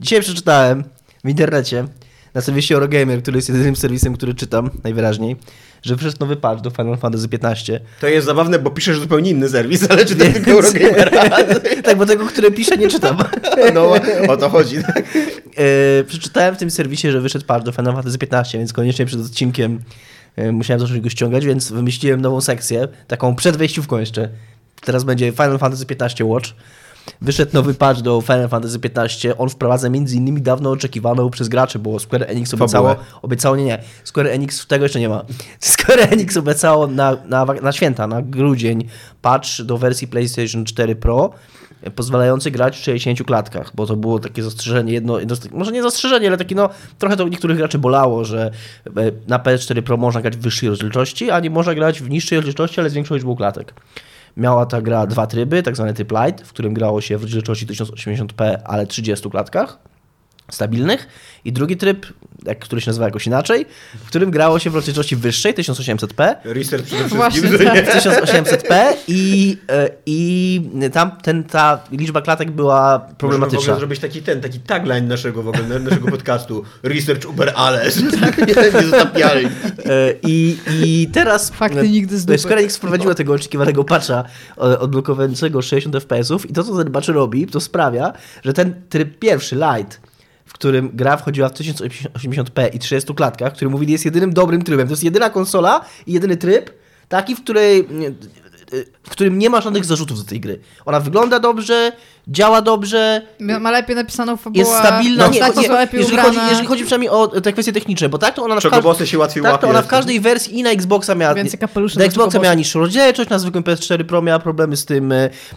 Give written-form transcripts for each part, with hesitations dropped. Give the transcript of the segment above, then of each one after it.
Dzisiaj przeczytałem w internecie, na serwisie Eurogamer, który jest jedynym serwisem, który czytam najwyraźniej, że wyszedł nowy patch do Final Fantasy XV. To jest zabawne, bo piszesz zupełnie inny serwis, ale czytam tylko Eurogamera. Tak, bo tego, który piszę, nie czytam. No, o to chodzi. Tak? Przeczytałem w tym serwisie, że wyszedł patch do Final Fantasy XV, więc koniecznie przed odcinkiem musiałem zacząć go ściągać, więc wymyśliłem nową sekcję, taką przed wejściówką jeszcze. Teraz będzie Final Fantasy XV Watch. Wyszedł nowy patch do Final Fantasy XV. On wprowadza m.in. dawno oczekiwaną przez graczy, bo Square Enix obiecało nie. Square Enix tego jeszcze nie ma. Square Enix obiecało na święta, na grudzień patch do wersji PlayStation 4 Pro, pozwalający grać w 60 klatkach, bo to było takie zastrzeżenie, może nie zastrzeżenie, ale takie trochę to niektórych graczy bolało, że na PS4 Pro można grać w wyższej rozdzielczości, a nie można grać w niższej rozdzielczości, ale z większą liczbą klatek. Miała ta gra dwa tryby, tak zwany tryb Lite, w którym grało się w rozdzielczości 1080p, ale 30 klatkach stabilnych, i drugi tryb, który się nazywa jakoś inaczej, w którym grało się w rozdzielczości wyższej, 1800p. Research przede wszystkim. 1800p i tam ta liczba klatek była problematyczna. Można zrobić taki tagline naszego podcastu. Research Uber alles. Niezatapialni. I teraz fakty nigdy z dupy. Square Enix wprowadziła tego oczekiwanego patcha odblokowującego 60 fps-ów i to, co ten patch robi, to sprawia, że ten tryb pierwszy, Lite, w którym gra wchodziła w 1080p i 30 klatkach, który mówili jest jedynym dobrym trybem. To jest jedyna konsola i jedyny tryb, taki, w którym nie ma żadnych zarzutów do tej gry. Ona wygląda dobrze, działa dobrze. Ma lepiej napisaną fabułę. Jest stabilna. Jeżeli chodzi przynajmniej o te kwestie techniczne, bo tak to ona się łatwiej łapie. Ona w każdej wersji i na Xboxa miała na Xboxa miała niższą rozdzielczość, na zwykłym PS4 Pro miała problemy z tym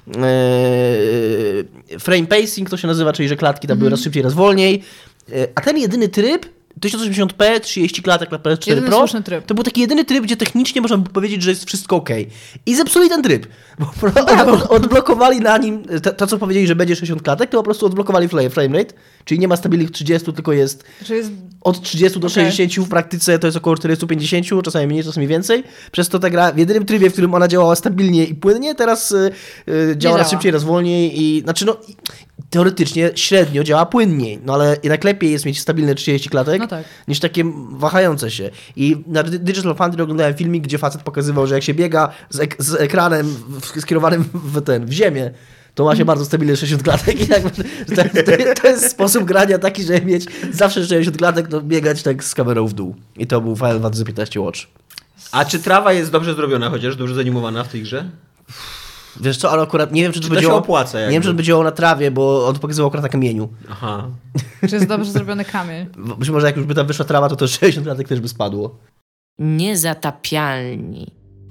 frame pacing, to się nazywa, czyli że klatki tam były raz szybciej, raz wolniej. A ten jedyny tryb 1080p, 30 klatek na PS4 jedyny Pro, to był taki jedyny tryb, gdzie technicznie można by powiedzieć, że jest wszystko okej. I zepsuli ten tryb, bo odblokowali na nim, to co powiedzieli, że będzie 60 klatek, to po prostu odblokowali framerate, czyli nie ma stabilnych 30, tylko jest od 30 do 60, w praktyce to jest około 450, czasami mniej, czasami więcej. Przez to ta gra w jedynym trybie, w którym ona działała stabilnie i płynnie, teraz działa raz szybciej, raz wolniej i teoretycznie średnio działa płynniej, ale jednak lepiej jest mieć stabilne 30 klatek niż takie wahające się. I na Digital Foundry oglądałem filmik, gdzie facet pokazywał, że jak się biega z ekranem skierowanym w ziemię, to ma się bardzo stabilne 60 klatek i to jest sposób grania taki, żeby mieć zawsze 60 klatek, to biegać tak z kamerą w dół. I to był Final Fantasy XV Watch. A czy trawa jest dobrze zrobiona, chociaż dobrze zanimowana w tej grze? Wiesz co, ale akurat nie wiem, czy to będzie opłaca. Nie wiem, czy to będzie na trawie, bo on pokazywał akurat na kamieniu. Aha. Czy jest dobrze zrobiony kamień? Być może jak już by tam wyszła trawa, to 60 klatek też by spadło. Niezatapialni.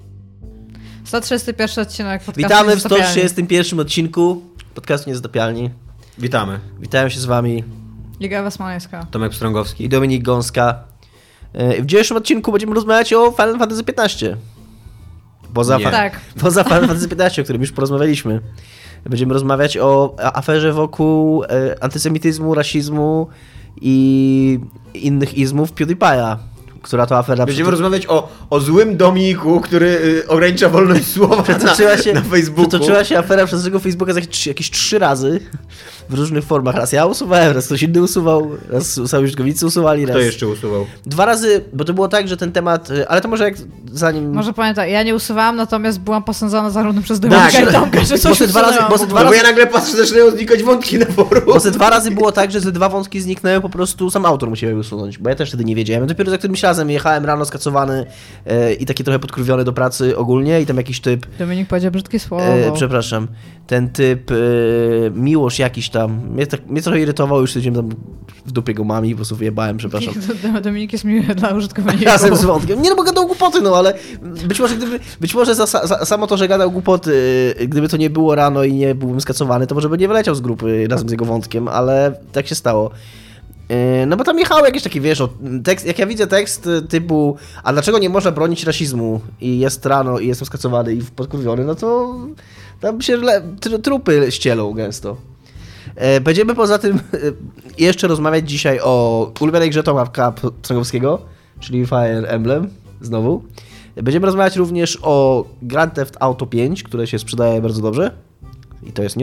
131 odcinek podcastu Witamy w 131 odcinku podcastu Niezatapialni. Witamy. Witają się z wami Liga Smoleńska, Tomek Pstrągowski i Dominik Gąska. W dzisiejszym odcinku będziemy rozmawiać o Final Fantasy XV. Poza Final Fantasy XV, o którym już porozmawialiśmy. Będziemy rozmawiać o aferze wokół antysemityzmu, rasizmu i innych izmów PewDiePie'a, która to afera... Będziemy rozmawiać o złym Dominiku, który ogranicza wolność słowa na Facebooku. Przetoczyła się afera przez tego Facebooka jakieś 3 razy w różnych formach. Raz ja usuwałem, raz ktoś inny usuwał, raz sami użytkownicy usuwali. Kto jeszcze usuwał? 2 razy, bo to było tak, że ten temat... Ale to może zanim... Może powiem tak, ja nie usuwałam, natomiast byłam posądzona zarówno przez Dominika i Tomka, że coś bo ja nagle patrzę, że zaczynają znikać wątki na forum. Bo 2 razy było tak, że te 2 wątki zniknęły, po prostu sam autor musiał je usunąć, bo ja też wtedy nie wiedziałem. Dopiero za którymś razem jechałem rano skacowany i taki trochę podkurwiony do pracy ogólnie i tam jakiś typ... Dominik powiedział brzydkie słowo. Przepraszam. Ten typ Miłosz jakiś tam, mnie trochę irytował, już siedziałem tam w dupie go mami, po prostu wyjebałem, przepraszam. Dominik jest miły dla użytkownika. Razem z wątkiem. Nie no, bo gadał głupoty, ale być może samo to, że gadał głupoty, gdyby to nie było rano i nie byłbym skacowany, to może by nie wyleciał z grupy razem z jego wątkiem, ale tak się stało. No bo tam jechały jakieś takie, wiesz, tekst, jak ja widzę tekst typu, a dlaczego nie można bronić rasizmu i jest rano i jestem skacowany i podkurwiony, no to tam się trupy ścielą gęsto. Będziemy poza tym jeszcze rozmawiać dzisiaj o ulubionej grze Tomka Pstrągowskiego, czyli Fire Emblem, znowu. Będziemy rozmawiać również o Grand Theft Auto 5, które się sprzedaje bardzo dobrze i to jest news.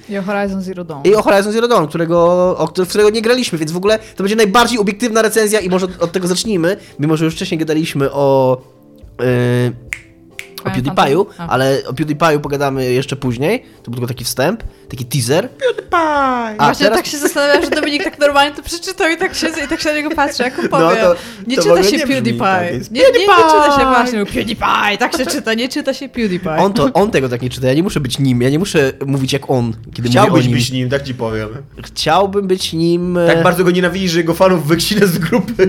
I o Horizon Zero Dawn. I o Horizon Zero Dawn, w którego nie graliśmy, więc w ogóle to będzie najbardziej obiektywna recenzja i może od tego zacznijmy, mimo że już wcześniej gadaliśmy o PewDiePie'u, ale o PewDiePie'u pogadamy jeszcze później. To był tylko taki wstęp, taki teaser. PewDiePie! Właśnie tak się zastanawiam, że Dominik tak normalnie to przeczytał i tak się na niego patrzy, jak on powie. Nie czyta się PewDiePie. Nie czyta się właśnie PewDiePie, tak się czyta, nie czyta się PewDiePie. On tego tak nie czyta, ja nie muszę być nim, ja nie muszę mówić jak on, kiedy Chciałbyś mówię o nim. być nim, tak ci powiem. Chciałbym być nim... Tak bardzo go nienawidzisz, że jego fanów wycinę z grupy.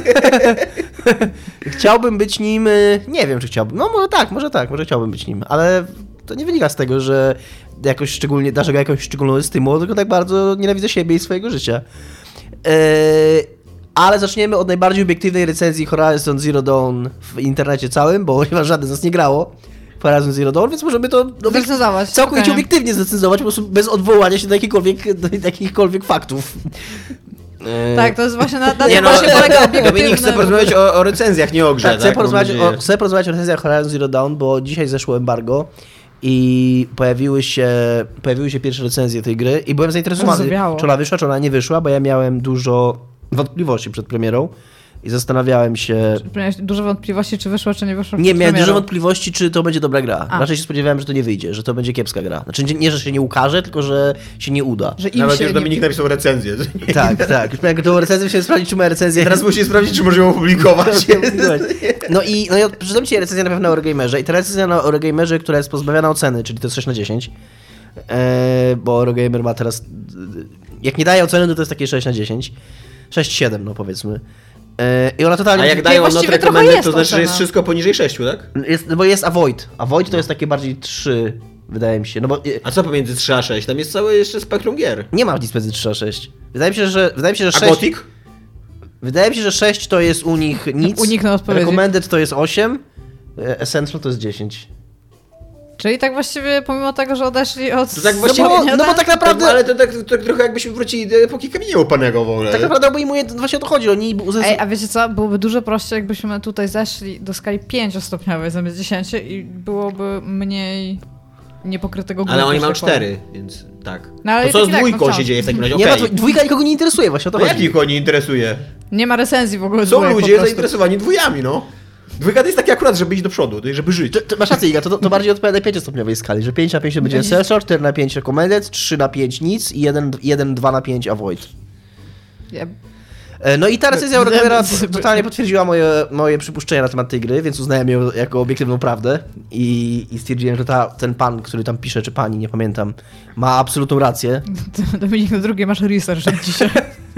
Chciałbym być nim... Nie wiem, czy chciałbym. No może chciałbym być nim, ale to nie wynika z tego, że jakoś szczególnie darzę go jakąś szczególną estymą, tylko tak bardzo nienawidzę siebie i swojego życia. Ale zaczniemy od najbardziej obiektywnej recenzji Horizon Zero Dawn w internecie całym, bo chyba żaden z nas nie grało w Horizon Zero Dawn, więc możemy to zrecenzować. całkowicie obiektywnie zrecenzować, po prostu bez odwołania się do jakichkolwiek faktów. Tak, to jest właśnie na Nie tym no, właśnie polega obiektywne. Dominik chce porozmawiać o recenzjach, nie o grze. Tak, chcę porozmawiać o recenzjach Horizon Zero Dawn, bo dzisiaj zeszło embargo i pojawiły się pierwsze recenzje tej gry i byłem zainteresowany, Rozwiało. czy ona wyszła, czy ona nie wyszła, bo ja miałem dużo wątpliwości przed premierą i zastanawiałem się... Miałeś dużo wątpliwości, czy wyszło, czy nie wyszło. Nie, miałem dużo wątpliwości, czy to będzie dobra gra. A. Raczej się spodziewałem, że to nie wyjdzie, że to będzie kiepska gra. Znaczy nie, że się nie ukaże, tylko że się nie uda. Że im Nawet się już Dominik napisał recenzję. Tak. Już miałem tą recenzję, musiałem sprawdzić, czy moja recenzja... Teraz musi sprawdzić, czy może ją opublikować. No i przeczytam dzisiaj recenzję na pewno na Eurogamerze i ta recenzja na Eurogamerze, która jest pozbawiona oceny, czyli to jest 6 na 10, bo Eurogamer ma teraz... Jak nie daje oceny, to jest takie 6 na 10. 6-7, no powiedzmy. I ona totalnie... A jak dają not właściwie trochę recommended, jest to znaczy, że ocena. jest wszystko poniżej 6, tak? Bo jest Avoid. Avoid to jest takie bardziej 3, wydaje mi się. No bo A co pomiędzy 3 a 6? Tam jest całe jeszcze spektrum gier. nie ma nic między 3 a 6. Wydaje mi się, że 6... A Gothic? Wydaje mi się, że 6 to jest u nich nic. Uniknął odpowiedzi. Recommended to jest 8. Essential to jest 10. Czyli tak właściwie pomimo tego, że odeszli od... To tak właściwie- zrobienia, No bo tak naprawdę... Ale to tak trochę jakbyśmy wrócili do epoki kamienia łupanego w ogóle. Tak naprawdę obejmuje, właśnie o to chodzi. Oni Ej, a wiecie co? Byłoby dużo prościej, jakbyśmy tutaj zeszli do skali 5-stopniowej zamiast 10 i byłoby mniej niepokrytego gruntu. Ale oni że mają tak powiem. 4, więc tak. No, ale To co i z tak, dwójką no się wciąż. dzieje w takim razie? Nie Okej. ma, dwójka nikogo nie interesuje, właśnie o to No chodzi. jak nikogo nie interesuje? Nie ma recenzji w ogóle. Są dwójek po ludzie prostu. zainteresowani dwójami, no. Dwójka to jest taki akurat, żeby iść do przodu, żeby żyć. To masz rację, Iga, to bardziej odpowiada 5-stopniowej skali, że 5 na 5 to będzie Essential, 4 na 5 Recommended, 3 na 5 nic i 2 na 5 Avoid. Ja- No i ta recenzja Eurogamera totalnie potwierdziła moje przypuszczenia na temat tej gry, więc uznałem ją jako obiektywną prawdę i stwierdziłem, że ten pan, który tam pisze, czy pani, nie pamiętam, ma absolutną rację. Dominik, na drugie masz research od dzisiaj.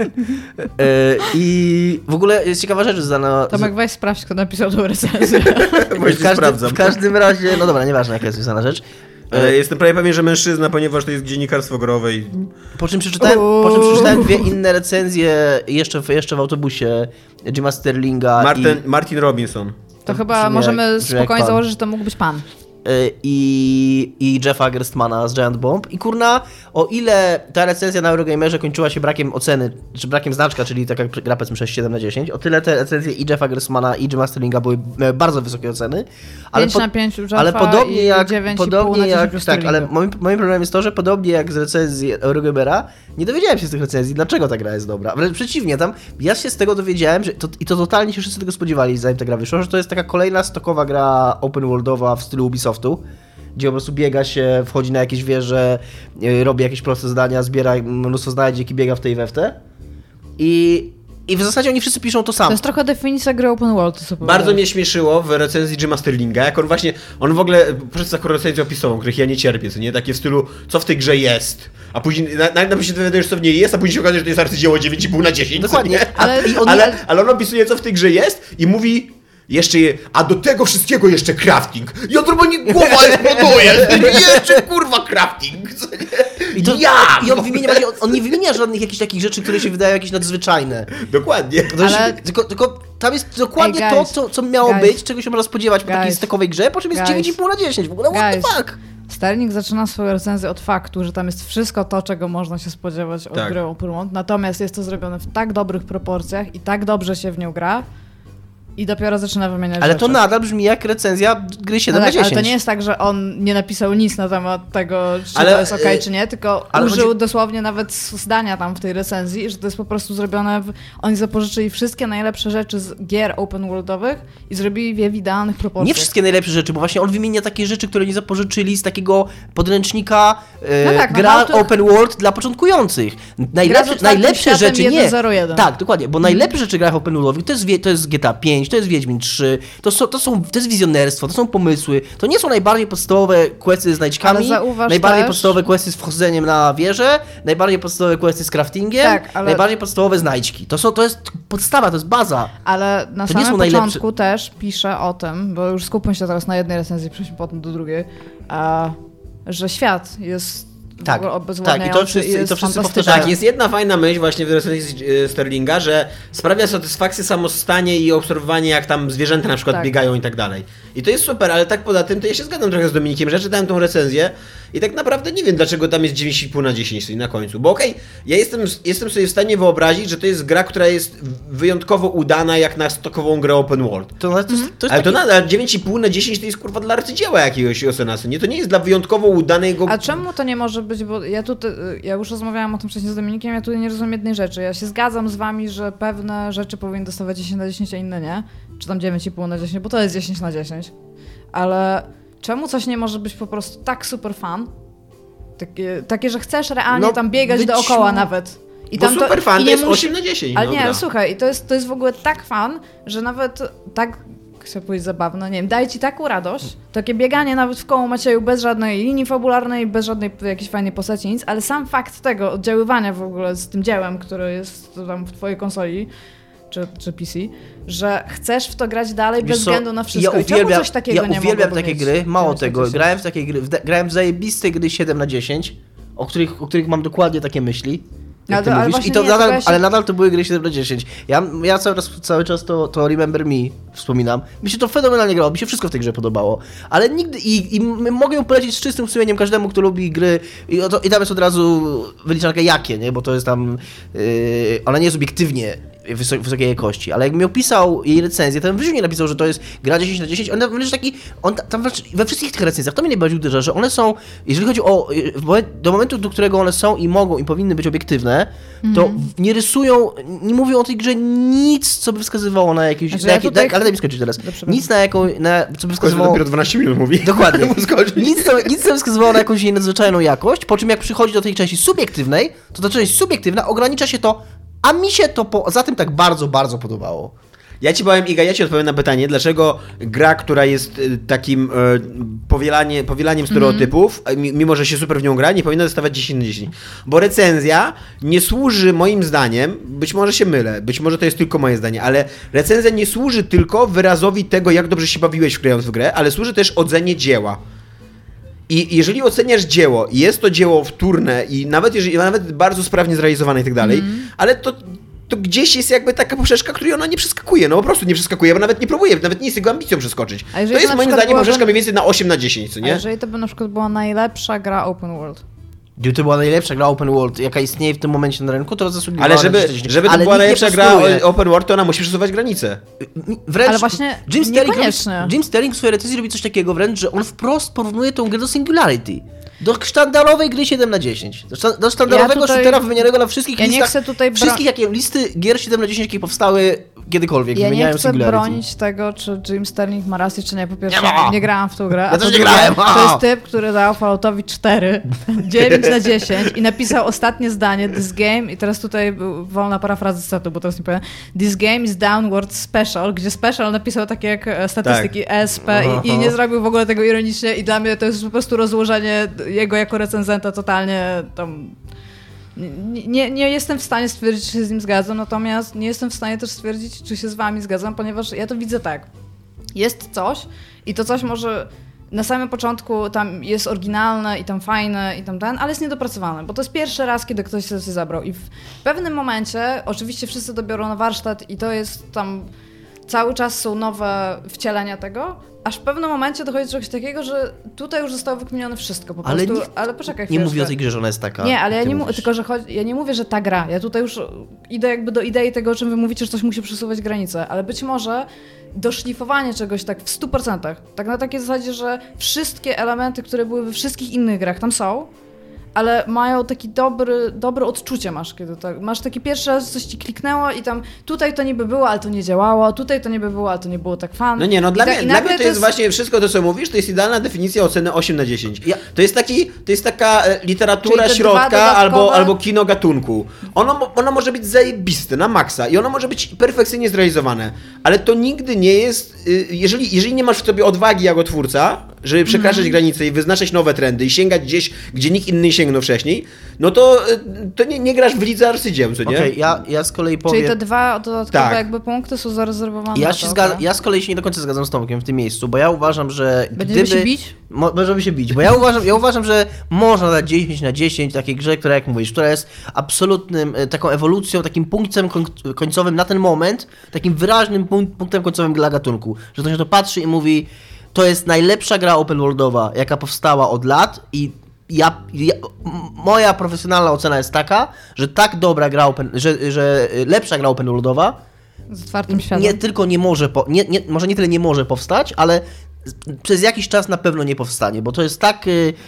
I w ogóle jest ciekawa rzecz znana... Tomek, weź sprawdź, kto napisał tą recenzję. Sprawdzam. W każdym razie, no dobra, nieważne jaka jest znana rzecz. Jestem prawie pewien, że mężczyzna, ponieważ to jest dziennikarstwo growe i... Po czym przeczytałem dwie inne recenzje jeszcze w autobusie Jima Sterlinga Martin Robinson. To chyba brzmi jak możemy spokojnie pan. założyć, że to mógł być pan. i Jeffa Gerstmana z Giant Bomb. I kurna, o ile ta recenzja na Eurogamerze kończyła się brakiem oceny, czy brakiem znaczka, czyli taka gra powiedzmy 6-7 na 10, o tyle te recenzje i Jeffa Gerstmana i Jima Sterlinga miały bardzo wysokie oceny. 5 na 5 Jeffa ale podobnie i jak, 9,5 na 10 tak, Sterlinga. ale moim problemem jest to, że podobnie jak z recenzji Eurogamera, nie dowiedziałem się z tych recenzji, dlaczego ta gra jest dobra. Wręcz przeciwnie, ja się z tego dowiedziałem, że to totalnie się wszyscy tego spodziewali, zanim ta gra wyszła, że to jest taka kolejna stokowa gra open worldowa w stylu Ubisoftu, gdzie po prostu biega się, wchodzi na jakieś wieże, robi jakieś proste zadania, zbiera mnóstwo znajdziek i biega w tej we w te. I w zasadzie oni wszyscy piszą to samo. To jest trochę definicja gry open world. To Bardzo mnie śmieszyło w recenzji Jima Sterlinga, jak on w ogóle przez taką recenzję opisową, których ja nie cierpię, co nie? Takie w stylu, co w tej grze jest, a później, najpierw się dowiadujesz, co w niej jest, a później się okazuje, że to jest arcydzieło 9,5 na 10. Dokładnie. Ale on opisuje, co w tej grze jest i mówi... a do tego wszystkiego jeszcze crafting. I on normalnie głowa eksploduje. Jeszcze kurwa crafting. Co nie? On nie wymienia żadnych jakichś takich rzeczy, które się wydają jakieś nadzwyczajne. Dokładnie. Tylko tam jest dokładnie co miało być, czego się można spodziewać po takiej stekowej grze, po czym jest 9,5 na 10. W ogóle what the fuck? Sterling zaczyna swoją recenzję od faktu, że tam jest wszystko to, czego można się spodziewać od gry open world. Natomiast jest to zrobione w tak dobrych proporcjach i tak dobrze się w nią gra. I dopiero zaczyna wymieniać Ale rzeczy. to nadal brzmi jak recenzja gry 7 no na 10. Ale to nie jest tak, że on nie napisał nic na temat tego, czy Ale, to jest okej, czy nie, tylko użył chodzi... dosłownie nawet zdania tam w tej recenzji, że to jest po prostu zrobione Oni zapożyczyli wszystkie najlepsze rzeczy z gier open worldowych i zrobili je w idealnych proporcjach. Nie wszystkie najlepsze rzeczy, bo właśnie on wymienia takie rzeczy, które nie zapożyczyli z takiego podręcznika gra open world dla początkujących. Najlepsze rzeczy 1.01. Tak, dokładnie, bo najlepsze rzeczy w grach open worldowych to jest GTA 5, to jest Wiedźmin 3, to jest wizjonerstwo, to są pomysły, to nie są najbardziej podstawowe questy z znajdźkami, najbardziej podstawowe questy z wchodzeniem na wieżę, najbardziej podstawowe questy z craftingiem, najbardziej podstawowe znajdźki. To jest podstawa, to jest baza. Ale na samym początku też pisze o tym, bo już skupmy się teraz na jednej recenzji, przejdźmy potem do drugiej, że świat jest i to wszyscy powtarzają. Tak, jest jedna fajna myśl właśnie w recenzji Sterlinga, że sprawia satysfakcję samo stanie i obserwowanie, jak tam zwierzęta na przykład biegają i tak dalej. I to jest super, ale tak poza tym to ja się zgadzam trochę z Dominikiem, że ja czytałem tą recenzję i tak naprawdę nie wiem, dlaczego tam jest 9,5 na 10 na końcu. Bo ja jestem sobie w stanie wyobrazić, że to jest gra, która jest wyjątkowo udana jak na stokową grę open world. Ale to nadal 9,5 na 10 to jest kurwa dla arcydzieła jakiegoś Osenasu. Nie, to nie jest dla wyjątkowo udanego... A czemu to nie może być, bo ja już rozmawiałam o tym wcześniej z Dominikiem, ja tutaj nie rozumiem jednej rzeczy. Ja się zgadzam z wami, że pewne rzeczy powinny dostawać 10 na 10, a inne nie. Czy tam 9,5 na 10, bo to jest 10 na 10. Ale czemu coś nie może być po prostu tak super fan? Takie, że chcesz realnie tam biegać dookoła nawet. I tam super fan to jest 8 na 10. Ale nie, słuchaj, to jest w ogóle tak fan, że nawet tak, chcę powiedzieć zabawne, nie wiem, daje ci taką radość, takie bieganie nawet w koło Macieju bez żadnej linii fabularnej, bez żadnej jakiejś fajnej postaci, nic, ale sam fakt tego oddziaływania w ogóle z tym dziełem, które jest tam w twojej konsoli, czy PC, że chcesz w to grać dalej bez względu na wszystko. Ja uwielbiam takie gry, mało tego, grałem w takie gry, grałem w zajebiste gry 7 na 10, o których mam dokładnie takie myśli. Ale nadal to były gry 7 na 10. Ja cały czas to Remember Me wspominam. Mi się to fenomenalnie grało, mi się wszystko w tej grze podobało. Ale nigdy i mogę ją polecić z czystym sumieniem każdemu, kto lubi gry i tam jest od razu wyliczanka jakie, nie? Bo to jest tam... ona nie jest obiektywnie wysokiej jakości, ale jakbym opisał jej recenzję, to bym w życiu nie napisał, że to jest gra 10 na 10, on tam we wszystkich tych recenzjach, to mnie najbardziej uderza, że one są, jeżeli chodzi o, do momentu, do którego one są i mogą i powinny być obiektywne, to nie rysują, nie mówią o tej grze nic, co by wskazywało na jakieś, ale daj mi skończyć teraz, nic co by wskazywało... dopiero 12 minut mówi. Dokładnie. nic, co by wskazywało na jakąś jej nadzwyczajną jakość, po czym jak przychodzi do tej części subiektywnej, to ta część subiektywna ogranicza się to, a mi się to za tym tak bardzo, bardzo podobało. Ja ci powiem, Iga, ja ci odpowiem na pytanie, dlaczego gra, która jest takim powielaniem stereotypów, mimo że się super w nią gra, nie powinna dostawać 10 na 10. Bo recenzja nie służy, moim zdaniem, być może się mylę, być może to jest tylko moje zdanie, ale recenzja nie służy tylko wyrazowi tego, jak dobrze się bawiłeś grając w grę, ale służy też ocenie dzieła. I jeżeli oceniasz dzieło, jest to dzieło wtórne i nawet bardzo sprawnie zrealizowane i tak dalej, ale to gdzieś jest jakby taka poprzeczka, której ona nie przeskakuje, no po prostu nie przeskakuje, bo nawet nie próbuje, nawet nie jest jego ambicją przeskoczyć. To jest moim zdaniem poprzeczka mniej więcej na 8 na 10, co nie? A jeżeli to by na przykład była najlepsza gra open world? Gdyby to była najlepsza gra open world, jaka istnieje w tym momencie na rynku, to zasługiwała. Ale żeby to była najlepsza gra open world, to ona musi przesuwać granice. Wręcz ale właśnie niekoniecznie. Jim Sterling w swojej recenzji robi coś takiego wręcz, że on wprost porównuje tą grę do Singularity. Do sztandarowej gry 7 na 10. Do sztandarowego shootera wymienionego na wszystkich listach. Wszystkich listy gier 7 na 10, jakie powstały kiedykolwiek. Ja nie chcę bronić tego, czy Jim Sterling ma rację, czy nie. Po pierwsze, nie grałam w tą grę. Ja też nie grałem. To jest typ, który dał Falloutowi 4, 9 na 10 i napisał ostatnie zdanie, this game, i teraz tutaj wolna parafraza cytatu, bo teraz nie powiem, this game is downward special, gdzie special napisał takie jak statystyki SP i nie zrobił w ogóle tego ironicznie i dla mnie to jest po prostu rozłożenie jego jako recenzenta totalnie tam... Nie jestem w stanie stwierdzić, czy się z nim zgadzam, natomiast nie jestem w stanie też stwierdzić, czy się z wami zgadzam, ponieważ ja to widzę tak. Jest coś i to coś może na samym początku tam jest oryginalne i tam fajne i tam ale jest niedopracowane, bo to jest pierwszy raz, kiedy ktoś się zabrał i w pewnym momencie oczywiście wszyscy to biorą na warsztat i to jest tam cały czas są nowe wcielenia tego, aż w pewnym momencie dochodzi do czegoś takiego, że tutaj już zostało wykminione wszystko po prostu. Ale poczekaj chwilę. Nie mówię o tej grze, że ona jest taka. Nie, ale ja nie mówię, tylko że ja nie mówię, że ta gra. Ja tutaj już idę jakby do idei tego, o czym wy mówicie, że coś musi przesuwać granice, ale być może doszlifowanie czegoś tak w 100%, tak na takiej zasadzie, że wszystkie elementy, które były we wszystkich innych grach tam są, ale mają taki dobre odczucie masz, kiedy tak, masz taki pierwszy raz, coś ci kliknęło i tam tutaj to niby było, ale to nie działało, tutaj to niby było, ale to nie było tak fan. No nie, no dla mnie to jest właśnie wszystko to, co mówisz, to jest idealna definicja oceny 8/10. To jest taka literatura środka albo kino gatunku. Ono może być zajebiste na maksa i ono może być perfekcyjnie zrealizowane, ale to nigdy nie jest, jeżeli nie masz w sobie odwagi jako twórca, żeby przekraczać granice i wyznaczać nowe trendy i sięgać gdzieś, gdzie nikt inny nie sięgnął wcześniej, no to nie grasz w lidze arcydzieł, co nie? Okej, ja z kolei powiem... Czyli te 2 dodatkowe jakby punkty są zarezerwowane Ja z kolei się nie do końca zgadzam z Tomkiem w tym miejscu, bo ja uważam, że Będziemy się bić? Możemy się bić, bo ja uważam, że można dać 10/10 takiej grze, która, jak mówisz, która jest absolutnym, taką ewolucją, takim punktem końcowym na ten moment, takim wyraźnym punktem końcowym dla gatunku, że ktoś na to patrzy i mówi, to jest najlepsza gra open worldowa, jaka powstała od lat i moja profesjonalna ocena jest taka, że tak dobra gra że lepsza gra open worldowa z otwartym światem. nie tylko nie może, może nie tyle nie może powstać, ale przez jakiś czas na pewno nie powstanie, bo to jest tak...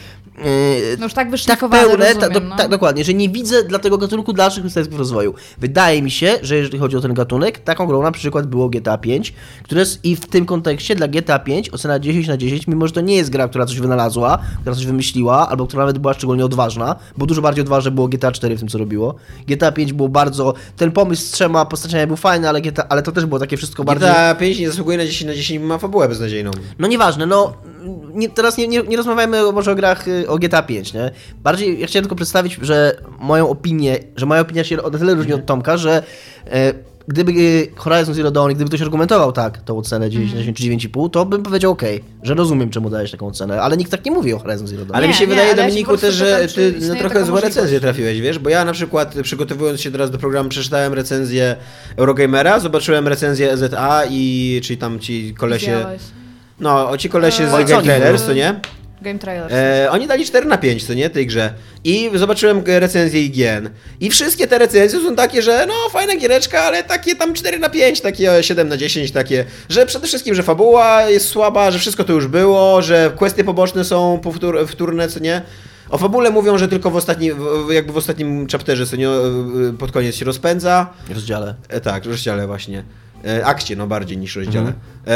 no już tak wyszlifowane, pełne, rozumiem, tak, dokładnie, że nie widzę dla tego gatunku dalszych perspektyw rozwoju. Wydaje mi się, że jeżeli chodzi o ten gatunek, taką grą na przykład było GTA 5, które jest i w tym kontekście dla GTA 5 ocena 10/10, mimo że to nie jest gra, która coś wynalazła, która coś wymyśliła, albo która nawet była szczególnie odważna, bo dużo bardziej odważne było GTA 4 w tym, co robiło. GTA 5 było bardzo... Ten pomysł z 3 postaciami był fajny, ale to też było takie wszystko bardziej... GTA 5 nie zasługuje na 10/10, bo ma fabułę beznadziejną. No nieważne, teraz nie rozmawiamy może o grach o GTA 5, nie? Bardziej ja chciałem tylko przedstawić, że moja opinia się o tyle różni od Tomka, że gdyby Horizon Zero Dawn, gdyby ktoś argumentował tak tą ocenę 10/10 czy 9,5, to bym powiedział że rozumiem, czemu dajesz taką ocenę, ale nikt tak nie mówi o Horizon Zero Dawn. Ale mi się wydaje, Dominiku, też, że ty na trochę złe możliwość. recenzje trafiłeś, wiesz? Bo ja na przykład, przygotowując się teraz do programu, przeczytałem recenzję Eurogamera, zobaczyłem recenzję EZA czyli tam ci kolesie... Widziałeś. No, ci kolesie z Game Trailers, co nie? Game Trailers. Oni dali 4/5, co nie, tej grze. I zobaczyłem recenzję IGN. I wszystkie te recenzje są takie, że no, fajna giereczka, ale takie tam 4/5, takie 7/10, takie, że przede wszystkim, że fabuła jest słaba, że wszystko to już było, że kwestie poboczne są wtórne, co nie. O fabule mówią, że tylko w ostatnim chapterze, co nie, pod koniec się rozpędza. Rozdziale. Tak, rozdziale właśnie. Akcie, no bardziej niż rozdziale.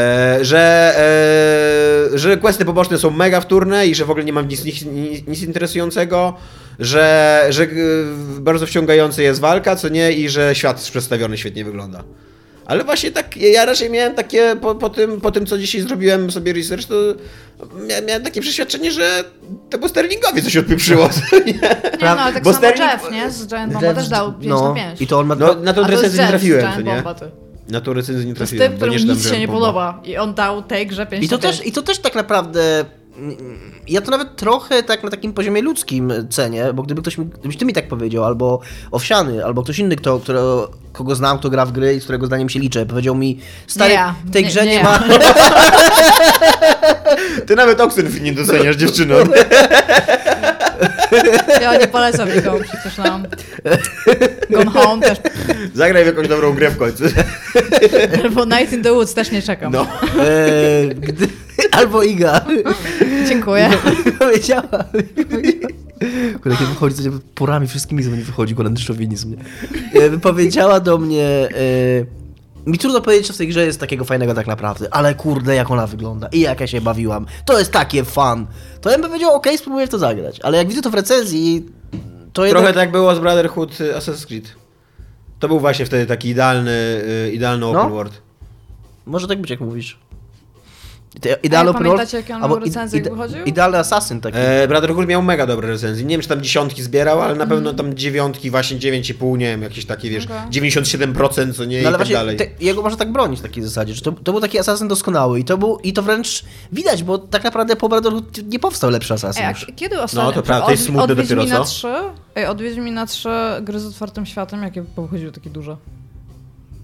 Że questy poboczne są mega wtórne i że w ogóle nie mam nic interesującego, że bardzo wciągająca jest walka, co nie, i że świat przedstawiony świetnie wygląda. Ale właśnie tak, ja raczej miałem takie, po tym co dzisiaj zrobiłem sobie research, to miałem takie przeświadczenie, że temu Sterlingowi coś odpieprzyło. No, ale tak bo samo Jeff, nie? Z Giant Bomba też dał 5/5. I to on ma... No, na tą recenzję nie trafiłem, Giant co nie? Bomba, ty. Na tą recenzję nie To jest trafiłem. typ, któremu nic się nie podoba i on dał tej grze 5/5. I to też tak naprawdę... Ja to nawet trochę tak na takim poziomie ludzkim cenię, bo gdybyś ty mi tak powiedział, albo Owsiany, albo ktoś inny, kogo znam, kto gra w gry i z którego zdaniem się liczę, powiedział mi, stary, w tej grze nie ma... Ty nawet Oxenfree nie doceniasz, dziewczyno. Ja nie polecam nikomu, przecież nam. Gone Home też. Zagraj w jakąś dobrą grę w końcu. Albo Night in the Woods też nie czekam. No. Albo Iga. Dziękuję. Powiedziała. Kiedy wychodzi, to porami wszystkimi z mnie wychodzi golandyczowinizm. Powiedziała do mnie... Mi trudno powiedzieć, co w tej grze jest takiego fajnego tak naprawdę, ale kurde, jak ona wygląda i jak ja się bawiłam. To jest takie fun. To ja bym powiedział, okej, spróbuję w to zagrać. Ale jak widzę to w recenzji, to Trochę tak było z Brotherhood Assassin's Creed. To był właśnie wtedy taki idealny open world. Może tak być, jak mówisz. Idealny open world, pamiętacie, jakie on miał recenzje, jak wychodził? Idealny Assassin taki. Brotherhood miał mega dobre recenzje. Nie wiem, czy tam 10 zbierał, ale na pewno tam 9, właśnie 9,5, nie wiem, jakieś takie, wiesz, 97%, co nie, no, ale i tak dalej. Jego można tak bronić w takiej zasadzie, że to był taki Assassin doskonały i to wręcz widać, bo tak naprawdę po Brotherhood nie powstał lepszy Assassin już. Kiedy ostatnio? No to prawda, to jest smutne dopiero, co? Od Wiedźmina 3 gry z otwartym światem, jakie pochodziły takie duże?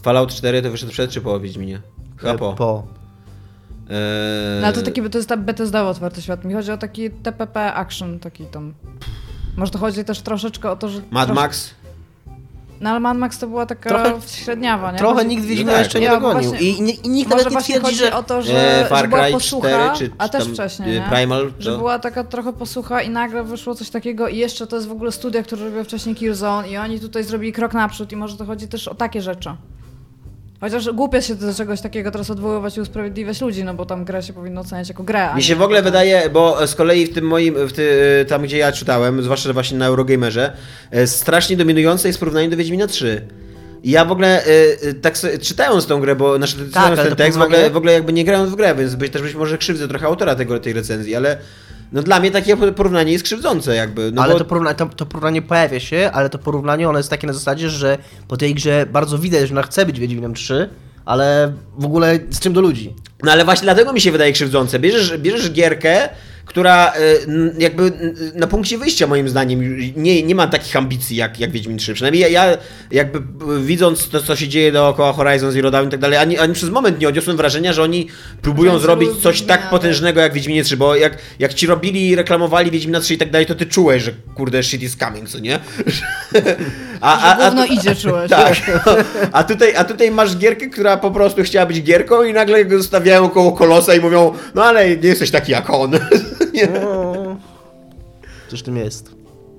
Fallout 4 to wyszedł przed czy po Wiedźminie? Chyba po. No ale to jest ta Bethesda otwarty świat. Mi chodzi o taki TPP action, taki tam... Może to chodzi też troszeczkę o to, że... Mad Max? No ale Mad Max to była taka średniawa, nie? Trochę nikt Wiedźmina jeszcze nie dogonił. Właśnie, I nikt może nawet nie właśnie twierdzi, chodzi że... o to, że Far była Cry posłucha, 4, czy a też tam, wcześniej, nie? Primal? Że była taka trochę posłucha i nagle wyszło coś takiego i jeszcze to jest w ogóle studia, które robiły wcześniej Killzone i oni tutaj zrobili krok naprzód i może to chodzi też o takie rzeczy. Chociaż głupio się do czegoś takiego teraz odwoływać i usprawiedliwiać ludzi, no bo tam grę się powinno oceniać jako grę. Mi się w ogóle wydaje, bo z kolei w tym moim, tam gdzie ja czytałem, zwłaszcza właśnie na Eurogamerze, strasznie dominujące jest porównanie do Wiedźmina 3. I ja w ogóle tak sobie, czytając tą grę, bo czytając ten tekst, w ogóle jakby nie grając w grę, więc być może krzywdzę trochę autora tej recenzji, ale no dla mnie takie porównanie jest krzywdzące jakby. No ale bo... to porównanie pojawia się, ale to porównanie ono jest takie na zasadzie, że po tej grze bardzo widać, że ona chce być Wiedźminem 3, ale w ogóle z czym do ludzi. No ale właśnie dlatego mi się wydaje krzywdzące. Bierzesz gierkę, która jakby na punkcie wyjścia moim zdaniem nie ma takich ambicji jak Wiedźmin 3. Przynajmniej ja jakby widząc to, co się dzieje dookoła Horizon Zero Dawn i tak dalej, ani przez moment nie odniosłem wrażenia, że oni próbują zrobić coś tak potężnego jak Wiedźminie 3, bo jak ci robili i reklamowali Wiedźmina 3 i tak dalej, to ty czułeś, że kurde shit is coming, co nie? Gówno idzie, czułeś. Tak. A tutaj masz gierkę, która po prostu chciała być gierką i nagle go zostawiają koło kolosa i mówią, no ale nie jesteś taki jak on. No, coś w tym jest.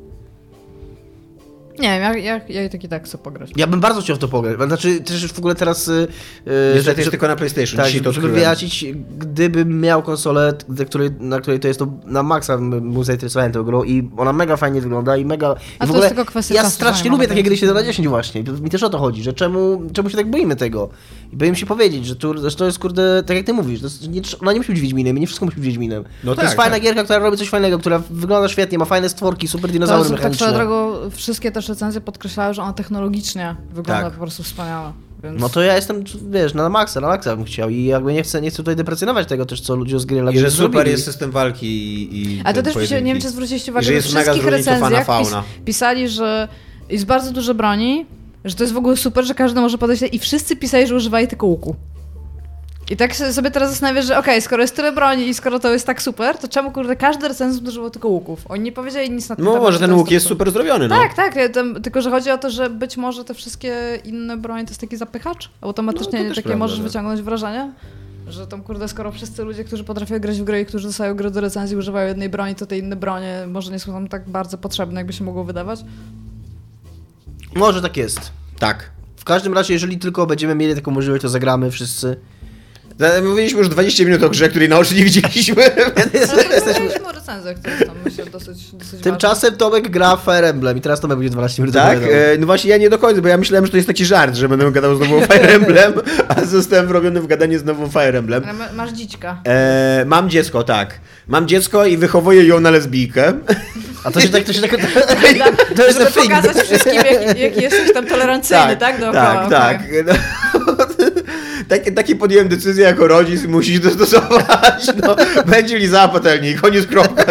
Nie wiem, ja i tak chcę pograć. Ja bym bardzo chciał w to pograć. Znaczy, też w ogóle teraz... Niestety jest tylko na PlayStation. Tak, żeby wyjaśnić, gdybym miał konsolę, na której to jest to na maksa był zainteresowany tą grą i ona mega fajnie wygląda i mega... A i w to ogóle jest tylko kwestia ja czasu, strasznie lubię takie gry 7/10 właśnie. Mi też o to chodzi, że czemu się tak boimy tego. I boję się powiedzieć, że to jest kurde, tak jak ty mówisz, ona nie musi być Wiedźminem, nie wszystko musi być Wiedźminem. No to jest fajna gierka, która robi coś fajnego, która wygląda świetnie, ma fajne stworki, super dinozaury mechaniczne. Tak swoją drogą, wszystkie też recenzje podkreślały, że ona technologicznie wygląda po prostu wspaniale. Więc... No to ja jestem, wiesz, na maksa bym chciał i jakby nie chcę tutaj deprecjonować tego też, co ludzie z gry i że super jest system walki i ale to też nie wiem, czy zwróciliście uwagę, że że jest w wszystkich recenzjach fauna. pisali, że jest bardzo dużo broni, że to jest w ogóle super, że każdy może podejść i wszyscy pisali, że używali tylko łuku. I tak sobie teraz zastanawiasz, że okej, skoro jest tyle broni i skoro to jest tak super, to czemu kurde każdy recenzent używał tylko łuków? Oni nie powiedzieli nic na ten temat. No może ten łuk jest super zrobiony, no. Tak, tylko że chodzi o to, że być może te wszystkie inne broni to jest taki zapychacz? Automatycznie takie prawda, możesz wyciągnąć wrażenie? Że tam kurde, skoro wszyscy ludzie, którzy potrafią grać w gry i którzy dostają gry do recenzji, używają jednej broni, to te inne bronie może nie są tam tak bardzo potrzebne, jakby się mogło wydawać? Może tak jest. Tak. W każdym razie, jeżeli tylko będziemy mieli taką możliwość, to zagramy wszyscy. Mówiliśmy już 20 minut o grze, której na oczy nie widzieliśmy. Jesteśmy o recenzjach, to jest tam myślę dosyć Tymczasem ważne. Tomek gra w Fire Emblem i teraz Tomek będzie 12 minut tak? No właśnie ja nie do końca, bo ja myślałem, że to jest taki żart, że będę gadał znowu o Fire Emblem, a zostałem wrobiony w gadanie znowu o Fire Emblem. Masz dziczka. Mam dziecko, tak. Mam dziecko i wychowuję ją na lesbijkę. A to się tak... To jest żeby pokazać wszystkim, jaki jesteś tam tolerancyjny, tak? Dookoła, tak. No, takie podjąłem decyzję jako rodzic, musisz dostosować. No, będzie lizała patelni, koniec, kropka.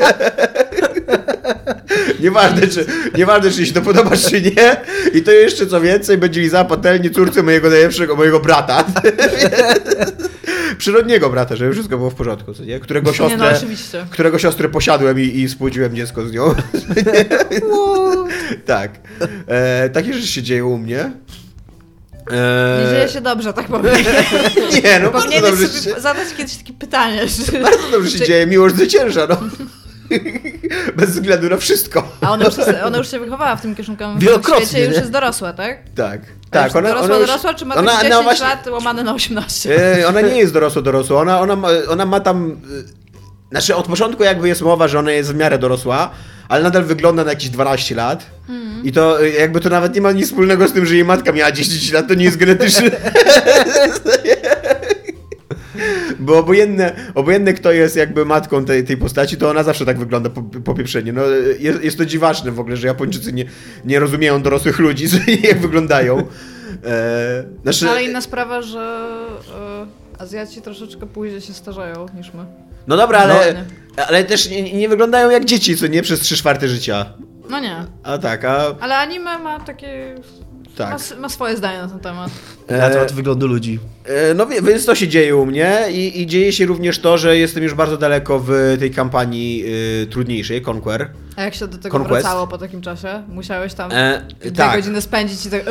Nieważne, czy się to podoba, czy nie. I to jeszcze co więcej, będzie lizała patelni córce mojego brata. Przyrodniego brata, żeby wszystko było w porządku, co nie? Którego siostrę posiadłem i spłodziłem dziecko z nią. Tak. Takie rzeczy się dzieją u mnie. Nie dzieje się dobrze, tak powiem. Nie, no bardzo dobrze sobie zadać kiedyś takie pytanie. Bardzo dobrze się dzieje, miłość zwycięża, no. Bez względu na wszystko. A ona już się wychowała w tym kieszonkowym świecie i już jest dorosła, tak? Tak. Ona dorosła, czy ma 10 lat łamane na 18? Ona nie jest dorosła. Ona ma tam... Znaczy od początku jakby jest mowa, że ona jest w miarę dorosła, ale nadal wygląda na jakieś 12 lat. I to jakby to nawet nie ma nic wspólnego z tym, że jej matka miała 10 lat, to nie jest genetyczne. Bo obojętne kto jest jakby matką tej postaci, to ona zawsze tak wygląda po pieprzeniu. No, jest to dziwaczne w ogóle, że Japończycy nie rozumieją dorosłych ludzi, jak wyglądają. Ale inna sprawa, że Azjaci troszeczkę później się starzeją niż my. No dobra, ale też nie wyglądają jak dzieci, co nie przez 3/4 życia. No nie. A tak, Ale anime ma takie Tak. Ma swoje zdanie na ten temat. Na temat wyglądu ludzi. No więc to się dzieje u mnie i dzieje się również to, że jestem już bardzo daleko w tej kampanii trudniejszej, Conquer. A jak się do tego Conquest? wracało po takim czasie? Musiałeś tam 2 tak. godziny spędzić i tak...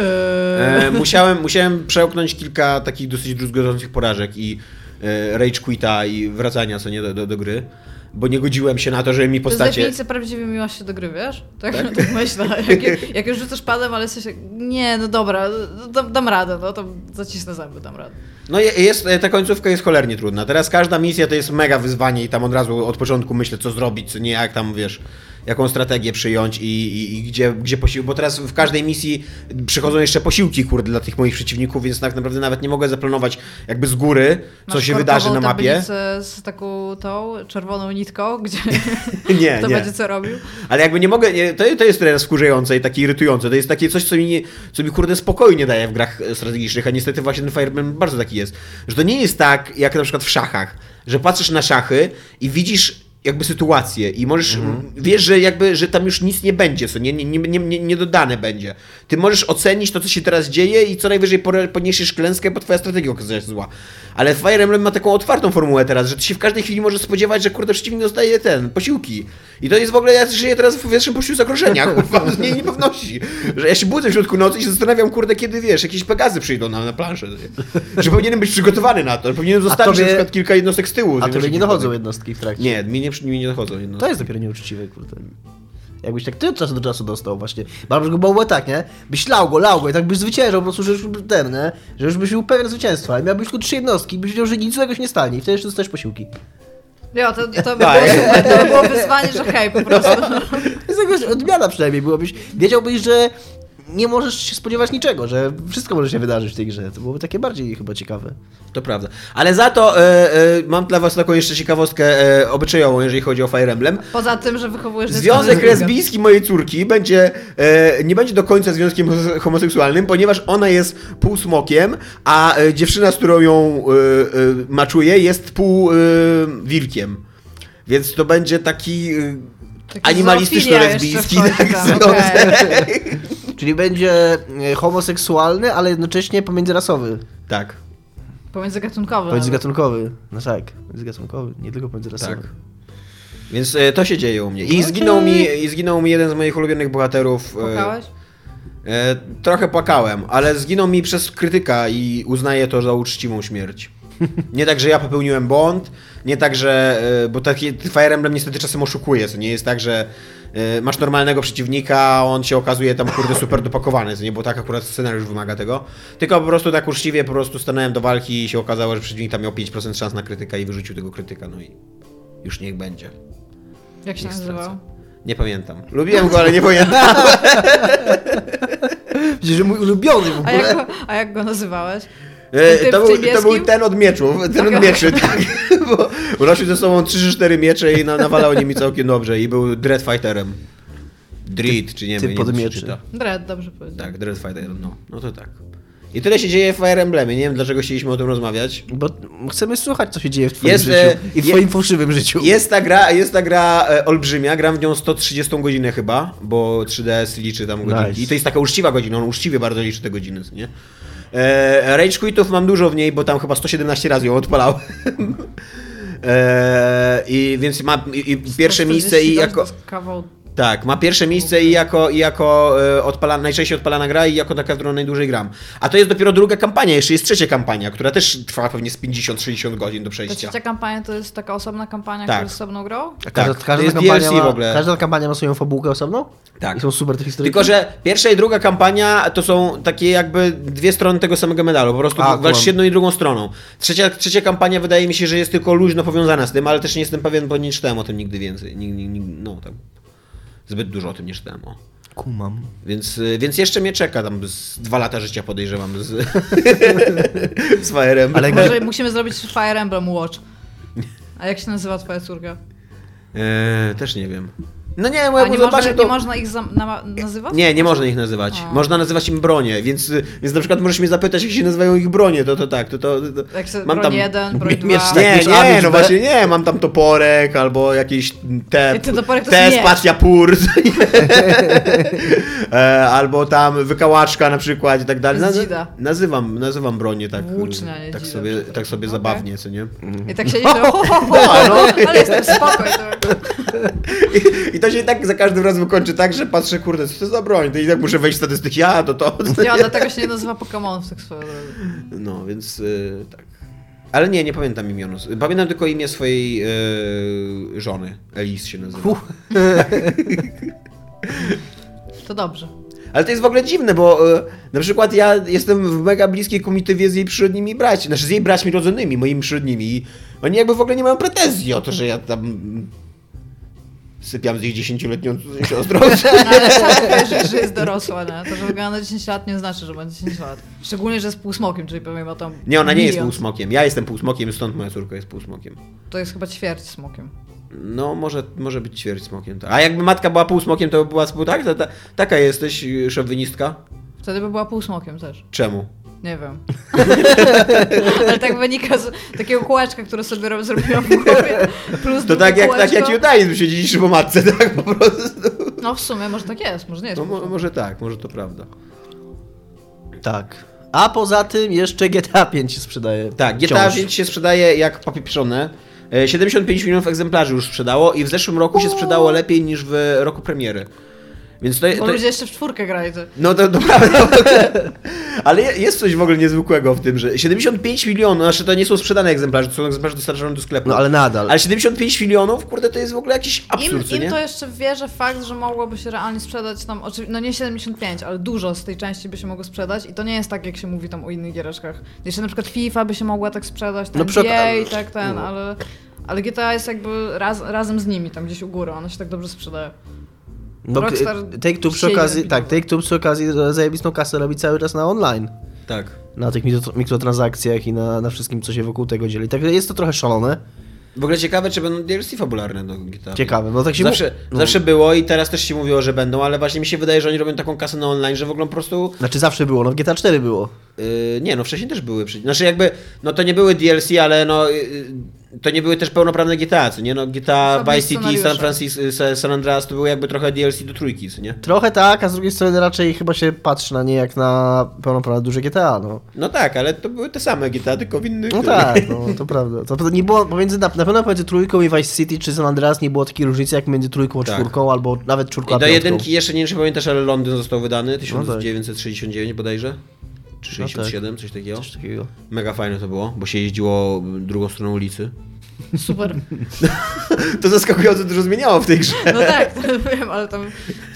Musiałem przełknąć kilka takich dosyć druzgocących porażek i rage quita i wracania co nie do gry, bo nie godziłem się na to, że mi To jest postacie... definicja prawdziwej miłości do gry, wiesz? Tak myślę. Jak już rzucasz padem, ale jesteś... Nie, no dobra, dam radę, no to zacisnę zęby, dam radę. No ta końcówka jest cholernie trudna. Teraz każda misja to jest mega wyzwanie i tam od razu od początku myślę, co zrobić, co nie, jak tam, wiesz, jaką strategię przyjąć i gdzie posiłki, bo teraz w każdej misji przychodzą jeszcze posiłki, kurde, dla tych moich przeciwników, więc tak naprawdę nawet nie mogę zaplanować jakby z góry, co się wydarzy na mapie. Z taką tą czerwoną nitką, gdzie Nie, kto nie. będzie co robił? Ale jakby nie mogę, to jest teraz wkurzające i takie irytujące, to jest takie coś, co mi kurde spokoju nie daje w grach strategicznych, a niestety właśnie ten Fire Emblem bardzo taki jest, że to nie jest tak, jak na przykład w szachach, że patrzysz na szachy i widzisz jakby sytuację i możesz, wiesz, że tam już nic nie będzie, co nie dodane będzie. Ty możesz ocenić to, co się teraz dzieje i co najwyżej podniesiesz klęskę, bo twoja strategia okazała się zła. Ale Fire Emblem ma taką otwartą formułę teraz, że ty się w każdej chwili możesz spodziewać, że kurde przeciwnik dostaje posiłki. I to jest w ogóle, ja żyję teraz w większym poczuciu zagrożenia, kurwa, z niej niepewności. Że ja się budzę w środku nocy i się zastanawiam, kurde, kiedy, wiesz, jakieś Pegazy przyjdą na planszę. Że powinienem być przygotowany na to, że powinienem zostawić na przykład kilka jednostek z tyłu. A tobie nie dochodzą jednostki w trakcie. Nie, mi nie dochodzą jednostki. To jest dopiero nieuczciwe, kurde. Jakbyś tak ty od czasu do czasu dostał właśnie. Bo go było tak, nie? Byś lał go i tak byś zwyciężał po prostu, że już ten, nie? Że już byś był pewien zwycięstwa. I miałbyś tylko 3 jednostki, byś wiedział, że nic złego się nie stanie i wtedy jeszcze dostajesz posiłki. Jo, to by było super, to by było wyzwanie, że hej, po prostu. To jest jakaś odmiana przynajmniej byłobyś. Wiedziałbyś, że nie możesz się spodziewać niczego, że wszystko może się wydarzyć w tej grze. To byłoby takie bardziej chyba ciekawe. To prawda. Ale za to mam dla was taką jeszcze ciekawostkę obyczajową, jeżeli chodzi o Fire Emblem. Poza tym, że wychowujesz... Związek lesbijski mojej córki nie będzie do końca związkiem homoseksualnym, ponieważ ona jest półsmokiem, a dziewczyna, z którą ją maczuje, jest pół wilkiem. Więc to będzie taki animalistyczno-lesbijski związek. Czyli będzie homoseksualny, ale jednocześnie pomiędzyrasowy. Tak. Pomiędzygatunkowy. Pomiędzygatunkowy. No tak, pomiędzygatunkowy, nie tylko pomiędzyrasowy. Tak. Więc to się dzieje u mnie. I zginął mi jeden z moich ulubionych bohaterów. Płakałeś? Trochę płakałem, ale zginął mi przez krytyka i uznaję to za uczciwą śmierć. Nie tak, że ja popełniłem błąd, nie tak, że... Bo taki Fire Emblem niestety czasem oszukuje, co nie jest tak, że masz normalnego przeciwnika, a on się okazuje tam kurde super dopakowany, co nie? Bo tak akurat scenariusz wymaga tego. Tylko po prostu tak uczciwie po prostu stanąłem do walki i się okazało, że przeciwnik tam miał 5% szans na krytyka i wyrzucił tego krytyka, no i już niech będzie. Jak się nazywał? Nie pamiętam. Lubiłem go, ale nie pamiętam. Przecież mój ulubiony w ogóle. A jak go nazywałeś? To był ten od mieczów, od mieczy, tak. Bo nosił ze sobą 3 czy 4 miecze i nawalał nimi całkiem dobrze i był Dreadfighterem. Dread, czy nie wiem, pod nie mieczy. czyta. Dread, dobrze powiedział. Tak, Dreadfighter, no to tak. I tyle się dzieje w Fire Emblemie, nie wiem dlaczego chcieliśmy o tym rozmawiać. Bo chcemy słuchać, co się dzieje w twoim życiu i w twoim fałszywym życiu. Jest ta gra olbrzymia, gram w nią 130 godzinę chyba, bo 3DS liczy tam godzinki. Nice. I to jest taka uczciwa godzina, on uczciwie bardzo liczy te godziny, nie? Rage quitów mam dużo w niej, bo tam chyba 117 razy ją odpalałem. I więc ma pierwsze miejsce i jako... Tak, ma pierwsze miejsce i jako najczęściej odpalana gra i jako taka, którą najdłużej gram. A to jest dopiero druga kampania, jeszcze jest trzecia kampania, która też trwa pewnie z 50-60 godzin do przejścia. Ta trzecia kampania to jest taka osobna kampania, tak. która jest osobną grą? Każda kampania ma swoją fabułkę osobną? Tak. I są super te historie. Tylko, że pierwsza i druga kampania to są takie jakby dwie strony tego samego medalu, po prostu walczysz jedną i drugą stroną. Trzecia kampania wydaje mi się, że jest tylko luźno powiązana z tym, ale też nie jestem pewien, bo nie czytałem o tym nigdy więcej. No tak. Zbyt dużo o tym nie czytałem. Kumam. Więc jeszcze mnie czeka tam z 2 lata życia, podejrzewam, z Fire Emblem. Ale może musimy zrobić Fire Emblem Watch. A jak się nazywa twoja córka? Też nie wiem. No nie, A nie, zobaczę, nie można ich nazywać? Nie można ich nazywać. Można nazywać im bronie, więc na przykład możesz mnie zapytać, jak się nazywają ich bronie, to tak. Jak się mam broń tam... 1, broń 2. Miecz Nie, no właśnie nie, mam tam toporek, albo jakieś te spacja pur, albo tam wykałaczka na przykład i tak dalej. Nazywam bronię tak. Włócznia, nie dzida, tak sobie zabawnie, co nie? I tak się nie ale jestem spokojny. I to się tak za każdym razem kończy tak, że patrzę, kurde, co to za broń? To i tak muszę wejść w statystyki, to. Ja, dlatego się nie nazywa Pokemonów tak swoją drogą. No, więc tak. Ale nie pamiętam imionu. Pamiętam tylko imię swojej żony. Elise się nazywa. To dobrze. Ale to jest w ogóle dziwne, bo na przykład ja jestem w mega bliskiej komitywie z jej przyrodnimi braćmi, znaczy z jej braćmi rodzonymi, moimi przyrodnimi i oni jakby w ogóle nie mają pretensji o to, że ja tam sypiam z ich 10-letnią siostrą. Ale sam że jest dorosła, nie? To, że wygląda na 10 lat nie znaczy, że ma 10 lat. Szczególnie, że jest półsmokiem, czyli pewnie ma tam Nie, ona nie jest półsmokiem. Ja jestem półsmokiem, stąd moja córka jest półsmokiem. To jest chyba ćwierć smokiem. No, może być ćwierć smokiem. A jakby matka była półsmokiem, to by była tak? Taka jesteś szowinistka? Wtedy by była półsmokiem też. Czemu? Nie wiem. Ale tak wynika z takiego kółeczka, które sobie zrobiłam w głowie. Plus to tak jak judaizm się dziedziczy po matce, tak po prostu. No w sumie może tak jest, może nie jest. No, może tak, może to prawda. Tak. A poza tym jeszcze GTA 5 się sprzedaje. Tak, GTA 5 się sprzedaje jak papieprzone. 75 milionów egzemplarzy już sprzedało i w zeszłym roku się sprzedało lepiej niż w roku premiery. Więc Bo ludzie jeszcze w 4 grali. No to prawda. Ale jest coś w ogóle niezwykłego w tym, że 75 milionów, znaczy to nie są sprzedane egzemplarze, to są egzemplarze dostarczone do sklepu. No ale nadal. Ale 75 milionów, kurde, to jest w ogóle jakiś absurd, Im nie? to jeszcze wierzę fakt, że mogłoby się realnie sprzedać tam, no nie 75, ale dużo z tej części by się mogło sprzedać i to nie jest tak, jak się mówi tam o innych giereczkach. Jeszcze na przykład FIFA by się mogła tak sprzedać, tam i tak ale GTA jest jakby razem z nimi, tam gdzieś u góry, one się tak dobrze sprzedają. No, Take-Two przy okazji zajebistą kasę robi cały czas na online. Tak. Na tych mikrotransakcjach i na wszystkim, co się wokół tego dzieli. Także jest to trochę szalone. W ogóle ciekawe, czy będą DLC fabularne do GTA. Ciekawe, no tak się zawsze było i teraz też się mówiło, że będą, ale właśnie mi się wydaje, że oni robią taką kasę na online, że w ogóle po prostu... Znaczy zawsze było, no w GTA 4 było. Nie, no wcześniej też były. Znaczy jakby, no to nie były DLC, ale no... To nie były też pełnoprawne GTA, co nie? No GTA Vice City, San Andreas to były jakby trochę DLC do trójki, co nie? Trochę tak, a z drugiej strony raczej chyba się patrzy na nie jak na pełnoprawne duże GTA, no. No tak, ale to były te same GTA, tylko w innych... No tak, no to prawda. To nie było pomiędzy, na pewno pomiędzy trójką i Vice City czy San Andreas nie było takiej różnicy jak między trójką a czwórką, albo nawet czwórką a piątką. I do 1 jeszcze nie wiem, czy pamiętasz, ale Londyn został wydany, 1969 bodajże. Czy 67, coś takiego. Mega fajne to było, bo się jeździło drugą stroną ulicy. Super. To zaskakująco dużo zmieniało w tej grze. No tak, to wiem, ale tam...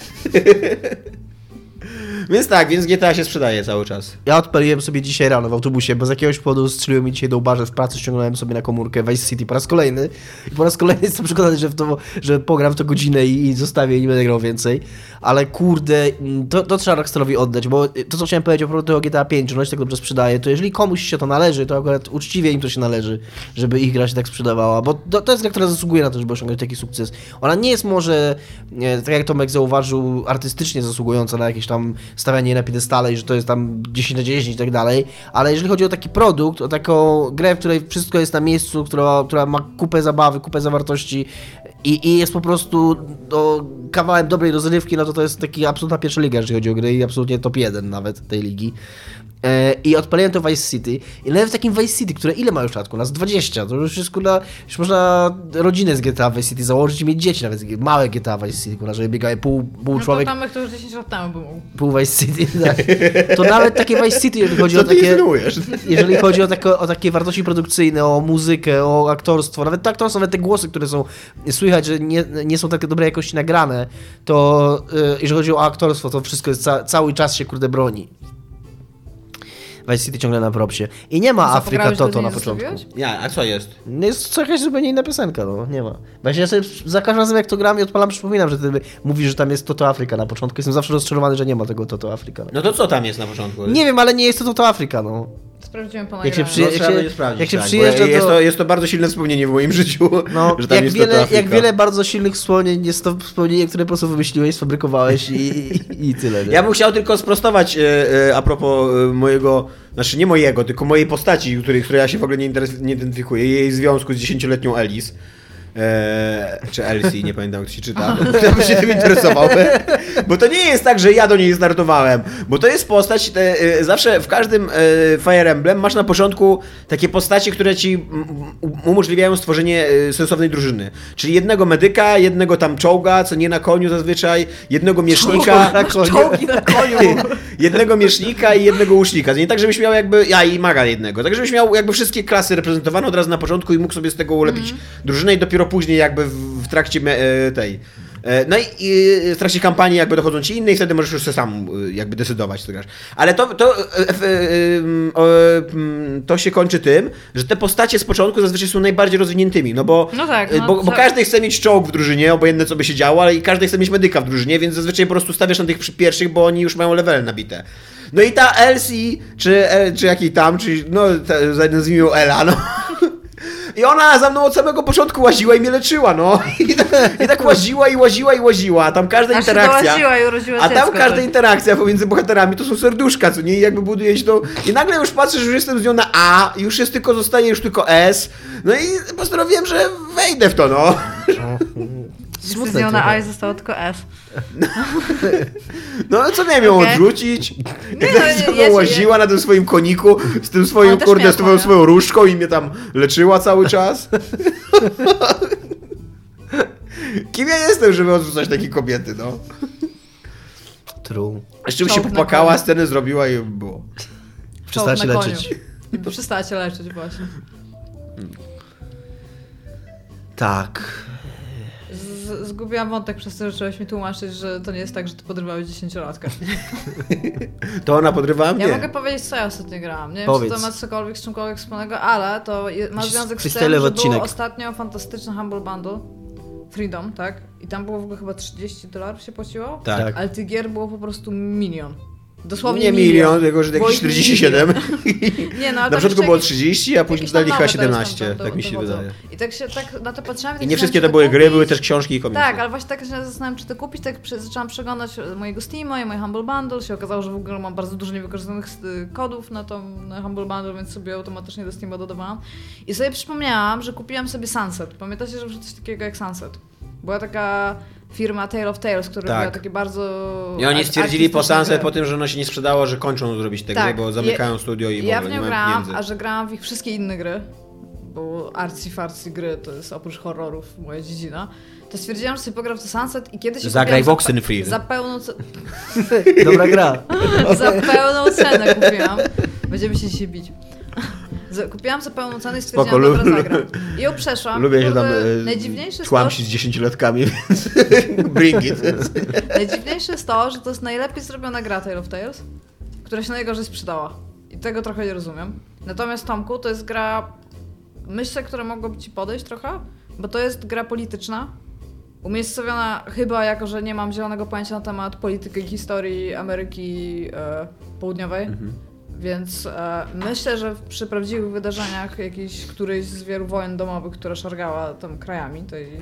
Więc GTA się sprzedaje cały czas. Ja odpaliłem sobie dzisiaj rano w autobusie, bo z jakiegoś powodu strzeliło mi dzisiaj do ubarze w pracy, ściągnąłem sobie na komórkę Vice City po raz kolejny. I po raz kolejny jestem przekonany, że pogram w to godzinę i zostawię i nie będę grał więcej. Ale kurde, to trzeba Rockstarowi oddać, bo to, co chciałem powiedzieć o propos tego GTA 5, że ono się tak dobrze sprzedaje, to jeżeli komuś się to należy, to akurat uczciwie im to się należy, żeby ich gra się tak sprzedawała, bo to jest gra, która zasługuje na to, żeby osiągnąć taki sukces. Ona nie jest może, tak jak Tomek zauważył, artystycznie zasługująca na jakieś tam stawianie na piedestale i że to jest tam 10 na 10 i tak dalej, ale jeżeli chodzi o taki produkt, o taką grę, w której wszystko jest na miejscu, która ma kupę zabawy, kupę zawartości i jest po prostu kawałem dobrej rozrywki, no to jest taki absolutna pierwsza liga, jeżeli chodzi o gry i absolutnie top 1 nawet tej ligi. I odpaliłem to Vice City i nawet w takim Vice City, które ile ma już lat? Nas 20, to już jest już można rodzinę z GTA Vice City założyć i mieć dzieci nawet, małe GTA Vice City, żeby biegały pół człowiek. No to tam, już 10 lat temu był. Pół Vice City, tak. To nawet takie Vice City, jeżeli chodzi o takie... Jeżeli chodzi o takie wartości produkcyjne, o muzykę, o aktorstwo, nawet to aktorstwo, nawet te głosy, które są słychać, że nie są tak dobrej jakości nagrane, to jeżeli chodzi o aktorstwo, to wszystko jest cały czas się kurde broni. Vice City ciągle na propsie. I nie ma Afryka Toto na początku. A co jest? Jest jakaś zupełnie inna piosenka, no. Nie ma. Właśnie ja sobie za każdym razem jak to gram i odpalam, przypominam, że ty mówisz, że tam jest Toto Afryka na początku. Jestem zawsze rozczarowany, że nie ma tego Toto Afryka. No to co tam jest na początku? Nie wiem, ale nie jest to Toto Afryka, no. Sprawdziłem po Jak się nagraniu. przy- Trzeba będzie sprawdzić, jak się tak, przyjeżdża, bo jest to bardzo silne wspomnienie w moim życiu, No, że tam jak jest jak wiele bardzo silnych wspomnień jest to wspomnienie, które po prostu wymyśliłeś, sfabrykowałeś i tyle. Nie? Ja bym chciał tylko sprostować a propos mojego, znaczy nie mojego, tylko mojej postaci, której ja się w ogóle nie identyfikuję, jej związku z 10-letnią Alice. Czy Elsie, nie pamiętam jak to się czyta, ja bym się tym interesował. Bo to nie jest tak, że ja do niej startowałem, bo to jest postać, zawsze w każdym Fire Emblem masz na początku takie postacie, które ci umożliwiają stworzenie sensownej drużyny. Czyli jednego medyka, jednego tam czołga, co nie na koniu zazwyczaj, jednego miesznika. Czołgi na koniu. Jednego miesznika i jednego łucznika. Nie tak, żebyś miał jakby, i maga jednego. Tak, żebyś miał jakby wszystkie klasy reprezentowane od razu na początku i mógł sobie z tego ulepić drużynę i dopiero później jakby w trakcie tej... No i w trakcie kampanii jakby dochodzą ci inne i wtedy możesz już sobie sam jakby decydować, co grasz. Ale to się kończy tym, że te postacie z początku zazwyczaj są najbardziej rozwiniętymi, no bo, No tak, bo każdy chce mieć czołg w drużynie, obojętne co by się działo, ale i każdy chce mieć medyka w drużynie, więc zazwyczaj po prostu stawiasz na tych pierwszych, bo oni już mają level nabite. No i ta Elsie, czy jakiej tam, czy no nazwijmy ją Ela, no. I ona za mną od samego początku łaziła i mnie leczyła, no. I tak łaziła, a tam każda interakcja. Dołaziła i urodziła A tam dziecko, każda tak. interakcja pomiędzy bohaterami to są serduszka, co nie? I jakby buduje się to. I nagle już patrzę, że już jestem z nią na A, już jest tylko, zostaje już tylko S. No i postanowiłem, że wejdę w to, no. Z nią na A i zostało tylko S. No co miałem ją odrzucić? Jak no, tak za mną ja się- łaziła na tym swoim koniku, z tym swoim, Ona też kurde, miała z tą konia. swoją różdżką i mnie tam leczyła cały czas. Kim ja jestem, żeby odrzucać takie kobiety, no? True. Jeszcze by się Czołg na popłakała, koniu. scenę zrobiła i było. Przestała się na koniu. leczyć. Przestała cię leczyć właśnie. Tak. Zgubiłam wątek przez to, że trzeba mi tłumaczyć, że to nie jest tak, że ty podrywałeś 10-latka. To ona podrywała mnie? Ja mogę powiedzieć, co ja ostatnio grałam. Nie Powiedz. wiem, czy to ma cokolwiek z czymkolwiek wspólnego, ale to ma Jakiś związek z tym, freestyle'owy że odcinek. było ostatnio fantastyczny Humble Bundle. Freedom, tak? I tam było w ogóle chyba $30 się płaciło. Tak. Ale tych gier było po prostu milion. Dosłownie Nie milion, tylko że Było jakieś ich 47. Nie, no, ale Na tam początku jeszcze było jakieś- 30, a później jakieś dodali tam chyba nowe teraz 17, tam tak mi się dochodzą. wydaje. I tak się tak na to patrzyłam. I nie wszystkie to były gry, były też książki i komiksy. Tak, ale właśnie tak się zastanawiam, czy to kupić, tak zaczęłam przeglądać mojego Steama i mój Humble Bundle, się okazało, że w ogóle mam bardzo dużo niewykorzystanych kodów na Humble Bundle, więc sobie automatycznie do Steama dodawałam. I sobie przypomniałam, że kupiłam sobie Sunset. Pamiętacie, że było coś takiego jak Sunset? Była taka firma Tale of Tales, która Tak. robiła takie bardzo I oni stwierdzili po artystyczne Sunset, gry. po tym, że ono się nie sprzedało, że kończą zrobić te Tak. gry, bo zamykają studio i w Ja ogóle w nie nią mają grałam, pieniędzy. a że grałam w ich wszystkie inne gry, bo arcy-farcy gry to jest oprócz horrorów moja dziedzina, to stwierdziłam, że sobie pogram w to Sunset i kiedyś Zagraj w Oxenfree. za pełną Dobra gra. za pełną cenę kupiłam. Będziemy się dzisiaj bić. Kupiłam za pełną cenę i stwierdziłam, Spoko, dobra, zagram. I ją przeszłam. Lubię się tam Najdziwniejsze jest tłam to, się z 10-latkami, więc bring it. najdziwniejsze jest to, że to jest najlepiej zrobiona gra Tale of Tales, która się najgorzej sprzedała. I tego trochę nie rozumiem. Natomiast Tomku, to jest gra, myślę, która mogłaby ci podejść trochę, bo to jest gra polityczna, umiejscowiona chyba jako, że nie mam zielonego pojęcia na temat polityki i historii Ameryki Południowej. Więc myślę, że przy prawdziwych wydarzeniach jakiejś którejś z wielu wojen domowych, która szargała tam krajami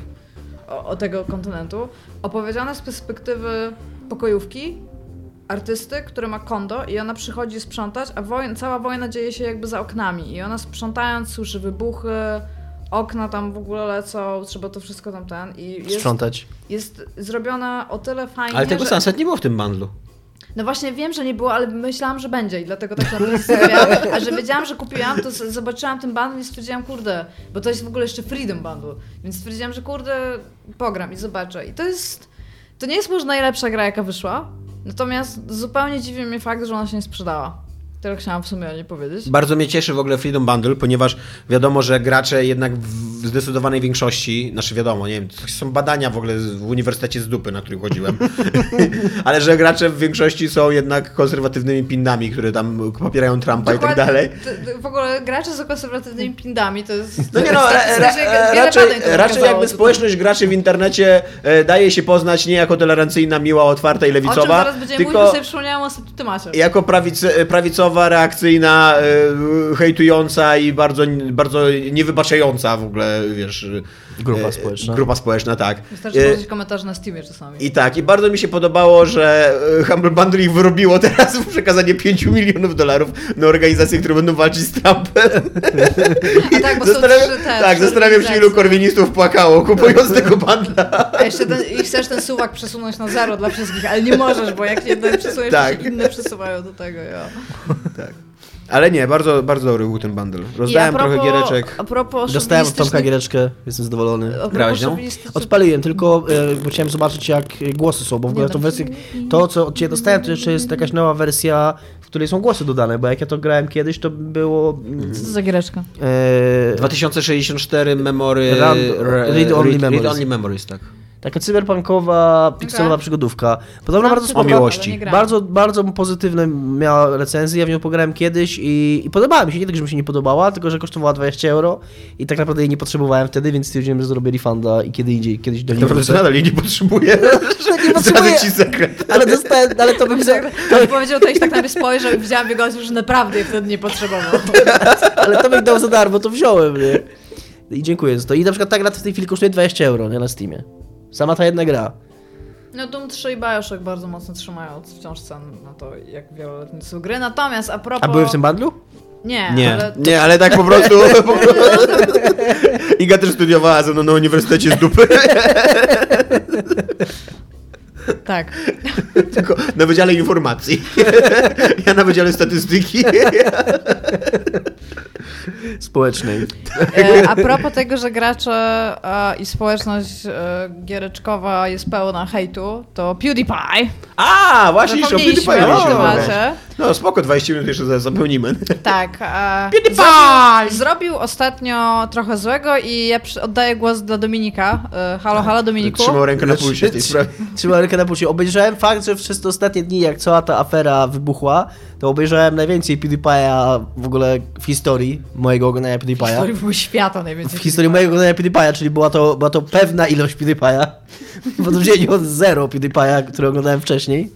o tego kontynentu, opowiedziane z perspektywy pokojówki, artysty, który ma kondo i ona przychodzi sprzątać, a cała wojna dzieje się jakby za oknami i ona sprzątając słyszy wybuchy, okna tam w ogóle lecą, trzeba to wszystko tam i Sprzątać. jest zrobiona o tyle fajnie, Ale tego że... Sunset nie było w tym bundlu. No właśnie wiem, że nie było, ale myślałam, że będzie i dlatego tak się nastawiałam. A że wiedziałam, że kupiłam, to zobaczyłam ten bundle i stwierdziłam, kurde, bo to jest w ogóle jeszcze Freedom Bundle, więc stwierdziłam, że kurde, pogram i zobaczę. I to nie jest może najlepsza gra, jaka wyszła, natomiast zupełnie dziwi mnie fakt, że ona się nie sprzedała. Tyle chciałam w sumie o niej powiedzieć. Bardzo mnie cieszy w ogóle Freedom Bundle, ponieważ wiadomo, że gracze jednak w zdecydowanej większości, znaczy wiadomo, nie wiem, to są badania w ogóle w uniwersytecie z dupy, na których chodziłem, ale że gracze w większości są jednak konserwatywnymi pindami, które tam popierają Trumpa i tak dalej. W ogóle gracze z konserwatywnymi pindami to jest... No nie no, raczej jakby społeczność graczy w internecie daje się poznać nie jako tolerancyjna, miła, otwarta i O czym lewicowa, zaraz będziemy mówić, bo tylko sobie przypomniałam o ostatnim temacie. jako prawicowa bezlitowa, reakcyjna, hejtująca i bardzo, bardzo niewybaczająca w ogóle, wiesz... Grupa społeczna, tak. Wystarczy złożyć komentarz na Steamie czasami. I tak, i bardzo mi się podobało, że Humble Bundle ich wyrobiło teraz w przekazanie $5 milionów na organizacje, które będą walczyć z Trumpem. A tak, bo są trzy tak, zastanawiam się, ilu korwinistów płakało, kupując tego bundla. A jeszcze i chcesz ten suwak przesunąć na 0 dla wszystkich, ale nie możesz, bo jak jeden przesuniesz, tak. to się inne przesuwają do tego, Tak. Ale nie, bardzo, bardzo dobry był ten bundle. Rozdałem trochę giereczek. A propos Dostałem od Tomka giereczkę, jestem zadowolony. Grałeś nią? Odpaliłem, tylko bo chciałem zobaczyć, jak głosy są, bo w ogóle to, co od Ciebie dostałem, to jeszcze jest jakaś nowa wersja, w której są głosy dodane, bo jak ja to grałem kiedyś, to było... Co to za giereczka? 2064 Memory... Read Only Memories, tak. Taka cyberpunkowa, pikselowa przygodówka. Podobno bardzo o miłości. Bardzo pozytywne miała recenzję, ja w nią pograłem kiedyś i podobała mi się. Nie tylko, że mi się nie podobała, tylko, że kosztowała 20 euro i tak naprawdę jej nie potrzebowałem wtedy, więc stwierdziłem, że zrobię refunda i kiedyś do niej wrócę. Nadal jej nie potrzebuję. Nie potrzebuję. Ci sekret. Ale to bym... To powiedział, to i tak na mnie spojrzał i widziałam w jego oczach, że naprawdę wtedy nie potrzebował. Ale to bym dał za darmo, to wziąłem, nie? I dziękuję za to. I na przykład ta gra w tej chwili kosztuje 20 euro, nie, na Steamie. Sama ta jedna gra. No Doom 3 i Bioshock bardzo mocno trzymają wciąż cen na to, jak wieloletnie są gry. Natomiast a propos... A były w tym bundlu? Nie, ale tak po prostu. Iga też studiowała ze mną na uniwersytecie z dupy. Tak. Tylko na Wydziale Informacji. Ja na Wydziale Statystyki. Społecznej. A propos tego, że gracze i społeczność giereczkowa jest pełna hejtu, to PewDiePie. A, właśnie jeszcze o PewDiePie. No spoko, 20 minut jeszcze zapełnimy. Tak. PewDiePie! Zrobił ostatnio trochę złego i ja oddaję głos dla Dominika. Halo Dominiku. Trzymał rękę na pulsie w tej sprawie. Trzymał rękę na pulsie. Obejrzałem fakt, że przez te ostatnie dni, jak cała ta afera wybuchła, to obejrzałem najwięcej PewDiePie'a w ogóle w historii mojego oglądania PewDiePie'a. W historii świata najwięcej. W historii mojego oglądania PewDiePie'a, czyli była to pewna ilość PewDiePie'a. W odróżnieniu od zero PewDiePie'a, który oglądałem wcześniej.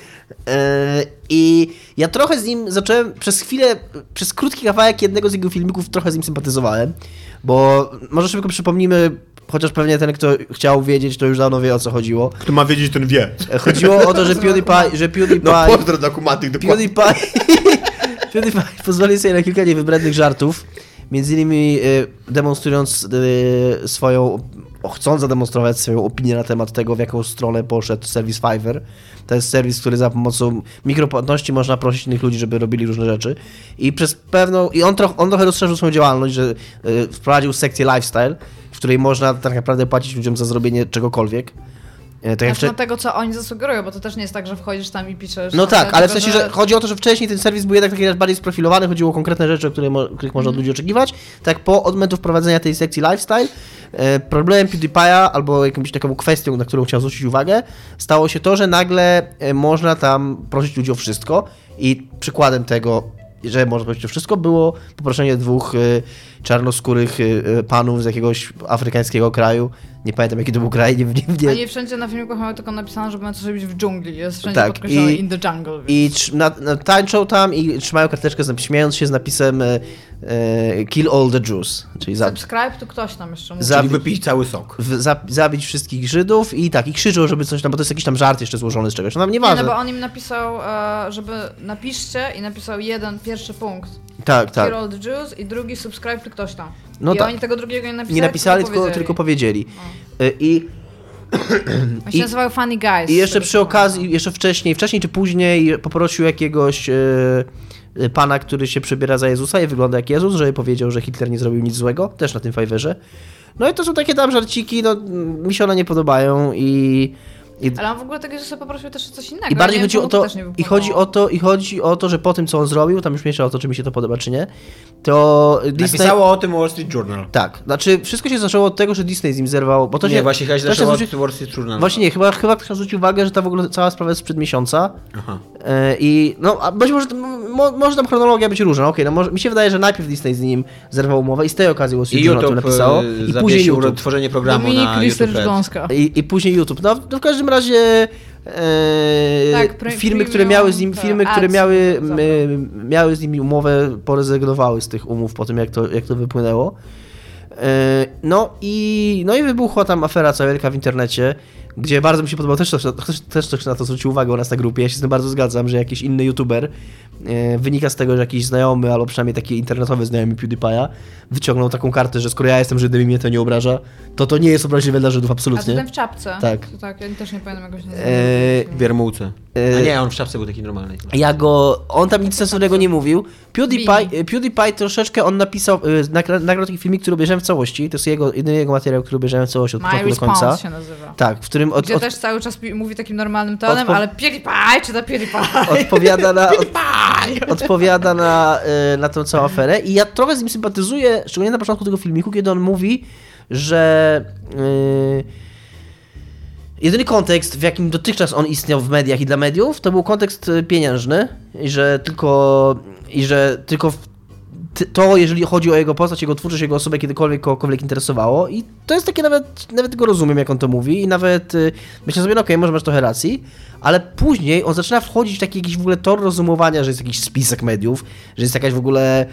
I ja trochę z nim zacząłem przez krótki kawałek jednego z jego filmików trochę z nim sympatyzowałem, bo może szybko przypomnimy, chociaż pewnie ten, kto chciał wiedzieć, to już dawno wie, o co chodziło. Kto ma wiedzieć, ten wie. Chodziło o to, że PewDiePie... No pozdro dla kumatych, dokładnie. PewDiePie pozwolił sobie na kilka niewybrednych żartów, między innymi demonstrując chcąc zademonstrować swoją opinię na temat tego, w jaką stronę poszedł serwis Fiverr. To jest serwis, który za pomocą mikropłatności można prosić innych ludzi, żeby robili różne rzeczy. I on trochę rozszerzył swoją działalność, że wprowadził sekcję lifestyle, w której można tak naprawdę płacić ludziom za zrobienie czegokolwiek. Na tego, co oni zasugerują, bo to też nie jest tak, że wchodzisz tam i piszesz... No tak, ale w sensie, że chodzi o to, że wcześniej ten serwis był jednak taki bardziej sprofilowany, chodziło o konkretne rzeczy, których można od ludzi oczekiwać. Tak od momentu wprowadzenia tej sekcji lifestyle, problemem PewDiePie'a, albo jakąś taką kwestią, na którą chciał zwrócić uwagę, stało się to, że nagle można tam prosić ludzi o wszystko i przykładem tego, że można prosić o wszystko, było poproszenie dwóch czarnoskórych panów z jakiegoś afrykańskiego kraju. Nie pamiętam, jaki to był kraj. A nie wszędzie na filmiku mamy tylko napisane, że będą coś robić w dżungli. Jest wszędzie tak, podkreślone in the jungle. Więc. I tańczą tam i trzymają karteczkę, śmiejąc się z napisem kill all the Jews. Czyli subscribe to ktoś tam jeszcze mówi. Czyli wypić cały sok. Zabić wszystkich Żydów i krzyczą, żeby coś tam, bo to jest jakiś tam żart jeszcze złożony z czegoś. No nieważne. Nie, no bo on im napisał, żeby napiszcie i napisał pierwszy punkt. Tak. Kill all the Jews i drugi subscribe to ktoś tam. No I tak. oni tego drugiego nie napisali, nie napisali, tylko powiedzieli. On się nazywał Funny Guys. I jeszcze przy okazji, jeszcze wcześniej czy później poprosił jakiegoś pana, który się przebiera za Jezusa i wygląda jak Jezus, żeby powiedział, że Hitler nie zrobił nic złego, też na tym Fiverrze. No i to są takie tam żarciki, no mi się one nie podobają ale on w ogóle tego Jezusa poprosił też coś innego. I bardziej chodzi o to, chodzi o to, że po tym, co on zrobił, tam już mniejsza o to, czy mi się to podoba, czy nie, to Disney... Napisało o tym Wall Street Journal. Tak, znaczy wszystko się zaczęło od tego, że Disney z nim zerwał, bo to nie, się... właśnie chyba się zaczęło od Wall Street Journal. Właśnie nie, chyba ktoś zwrócił uwagę, że ta w ogóle cała sprawa jest sprzed miesiąca. Aha. I no, a być może tam chronologia być różna, okej, no mi się wydaje, że najpierw Disney z nim zerwał umowę i z tej okazji Wall Street Journal to napisało. I później YouTube. Tworzenie programu Dominik na YouTube. Gąska. I później YouTube. No w każdym razie firmy, które miały z nim, miały z nimi umowę, porezygnowały z tych umów po tym, jak to wypłynęło. No i wybuchła tam afera cała wielka w internecie, gdzie bardzo mi się podobało, też ktoś na to zwrócił uwagę u nas na grupie, ja się z tym bardzo zgadzam, że jakiś inny youtuber, wynika z tego, że jakiś znajomy, albo przynajmniej taki internetowy znajomy PewDiePie'a wyciągnął taką kartę, że skoro ja jestem Żydem i mnie to nie obraża, to nie jest obraźliwe dla Żydów absolutnie. A to ten w czapce. Tak. Tak, ja też nie pamiętam jak go się nazywa. W Jarmułce. A nie, on w czapce był taki normalny. On tam nic sensownego nie mówił. PewDiePie troszeczkę on napisał, nagrał taki filmik, który obejrzałem w całości, to jest jedyny jego materiał, który obejrzałem w całości od początku do końca. się nazywa. Tak, w którym... Gdzie też cały czas mówi takim normalnym tonem, ale PewDiePie czyta PewDiePie. Odpowiada na tę całą aferę i ja trochę z nim sympatyzuję, szczególnie na początku tego filmiku, kiedy on mówi, że jedyny kontekst, w jakim dotychczas on istniał w mediach i dla mediów, to był kontekst pieniężny i że tylko to, jeżeli chodzi o jego postać, jego twórczość, jego osobę, kiedykolwiek kogokolwiek interesowało i to jest takie nawet go rozumiem, jak on to mówi i nawet myślę sobie, no okej, może masz trochę racji, ale później on zaczyna wchodzić w taki jakiś w ogóle tor rozumowania, że jest jakiś spisek mediów, że jest jakaś w ogóle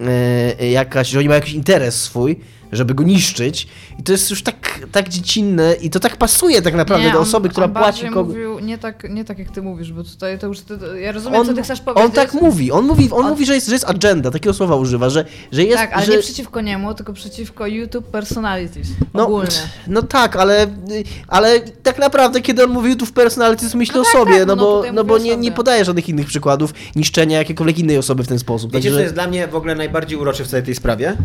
że oni mają jakiś interes swój, żeby go niszczyć i to jest już tak dziecinne i to tak pasuje tak naprawdę do osoby, która płaci kogoś. Mówił nie tak jak ty mówisz, bo tutaj to już ja rozumiem, co ty chcesz powiedzieć. On tak mówi, on mówi, że jest agenda, takiego słowa używa, że jest... Tak, ale nie przeciwko niemu, tylko przeciwko YouTube personalities, ogólnie. No tak, ale tak naprawdę, kiedy on mówi YouTube personalities, myślę o sobie, bo nie podaje żadnych innych przykładów niszczenia jakiejkolwiek innej osoby w ten sposób. Wiecie, co jest dla mnie w ogóle najbardziej urocze w całej tej sprawie?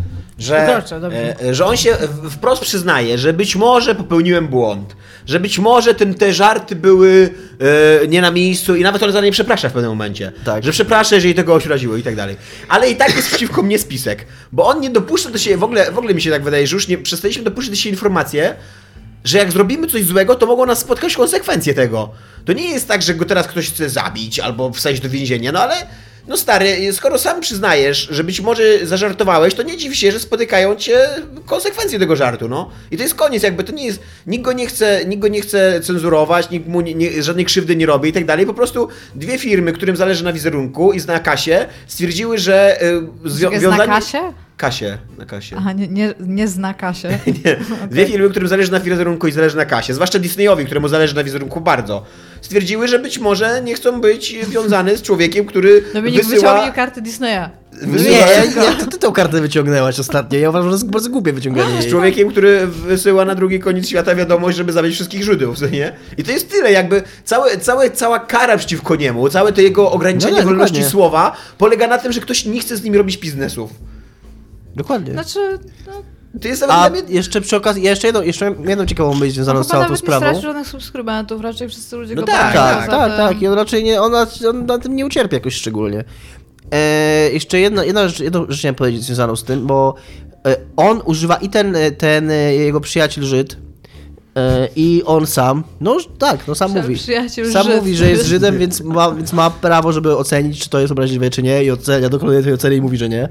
Że on się wprost przyznaje, że być może popełniłem błąd, że być może te żarty były nie na miejscu i nawet on za nie przeprasza w pewnym momencie. Tak. Że przeprasza, jeżeli tego ośraziło i tak dalej. Ale i tak jest przeciwko mnie spisek, bo on nie dopuszcza do siebie, w ogóle mi się tak wydaje, że już nie przestaliśmy dopuszczać do siebie informacje, że jak zrobimy coś złego, to mogą nas spotkać konsekwencje tego. To nie jest tak, że go teraz ktoś chce zabić albo wsadzić do więzienia, no ale... No stary, skoro sam przyznajesz, że być może zażartowałeś, to nie dziw się, że spotykają cię konsekwencje tego żartu, no. I to jest koniec, jakby to nie jest... Nikt go nie chce cenzurować, nikt mu żadnej krzywdy nie robi i tak dalej. Po prostu dwie firmy, którym zależy na wizerunku i na kasie, stwierdziły, że... Na kasie? Na kasie. Aha, nie zna kasie. Nie. Dwie firmy, którym zależy na wizerunku i zależy na kasie, zwłaszcza Disneyowi, któremu zależy na wizerunku bardzo, stwierdziły, że być może nie chcą być wiązane z człowiekiem, który wyciągnij kartę Disneya. To ty tą kartę wyciągnęłaś ostatnio. Ja uważam, że to jest bardzo głupie wyciąganie. Z człowiekiem, który wysyła na drugi koniec świata wiadomość, żeby zabić wszystkich Żydów, nie? I to jest tyle, jakby cała kara przeciwko niemu, całe to jego ograniczenie wolności słowa polega na tym, że ktoś nie chce z nim robić biznesów. Dokładnie. Znaczy, to jest dla mnie... jeszcze przy okazji, jeszcze jedną ciekawą myśl związaną z całą tą sprawą. On nie stracił żadnych subskrybentów, raczej wszyscy ludzie go tak. I on raczej on na tym nie ucierpi jakoś szczególnie. Jeszcze jedną rzecz chciałem powiedzieć związaną z tym, bo on używa i ten jego przyjaciel Żyd i on sam, mówi, że jest Żydem, więc ma prawo, żeby ocenić, czy to jest obraźliwe, czy nie i dokonuje tej oceny i mówi, że nie.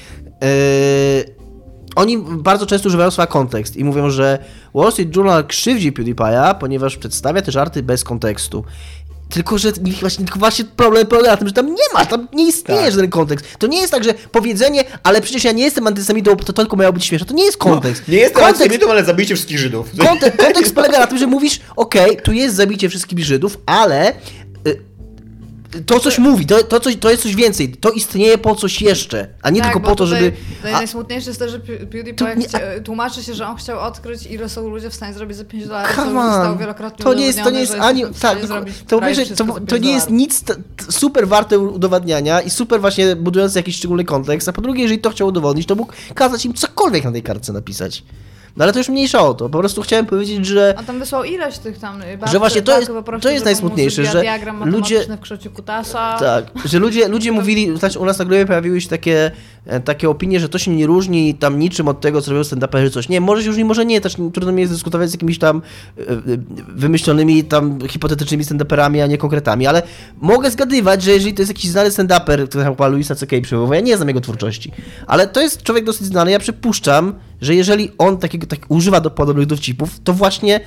Oni bardzo często używają słowa kontekst i mówią, że Wall Street Journal krzywdzi PewDiePie'a, ponieważ przedstawia te żarty bez kontekstu. Tylko właśnie problem polega na tym, że tam nie istnieje żaden kontekst. To nie jest tak, że powiedzenie, ale przecież ja nie jestem antysemitą, to tylko miało być śmieszne. To nie jest kontekst. Nie jestem antysemitą, ale zabijcie wszystkich Żydów. Kontekst polega na tym, że mówisz, okej, tu jest zabicie wszystkich Żydów, ale... To coś mówi, to jest coś więcej, to istnieje po coś jeszcze, a nie tylko po to, żeby... Najsmutniejsze jest to, że PewDiePie tłumaczy się, że on chciał odkryć, ile są ludzie w stanie zrobić za $5, co zostało wielokrotnie to nie jest ani... To nie jest nic super warte udowodnienia i super właśnie budujące jakiś szczególny kontekst, a po drugie, jeżeli to chciał udowodnić, to mógł kazać im cokolwiek na tej kartce napisać. No ale to już mniejsza o to. Po prostu chciałem powiedzieć, że... A tam wysłał ileś tych tam... Że właśnie to jest najsmutniejsze, że ludzie... w kształcie kutasa. Tak, że ludzie mówili, znaczy u nas na grupie pojawiły się takie opinie, że to się nie różni tam niczym od tego, co robią stand-uperzy, coś. Nie, może się różni, może nie. Też trudno mi jest dyskutować z jakimiś tam wymyślonymi tam hipotetycznymi stand-uperami, a nie konkretami, ale mogę zgadywać, że jeżeli to jest jakiś znany stand-uper, który chyba Louisa C.K. przywołuje, ja nie znam jego twórczości, ale to jest człowiek dosyć znany, ja przypuszczam, że jeżeli on tak używa do podobnych dowcipów, to właśnie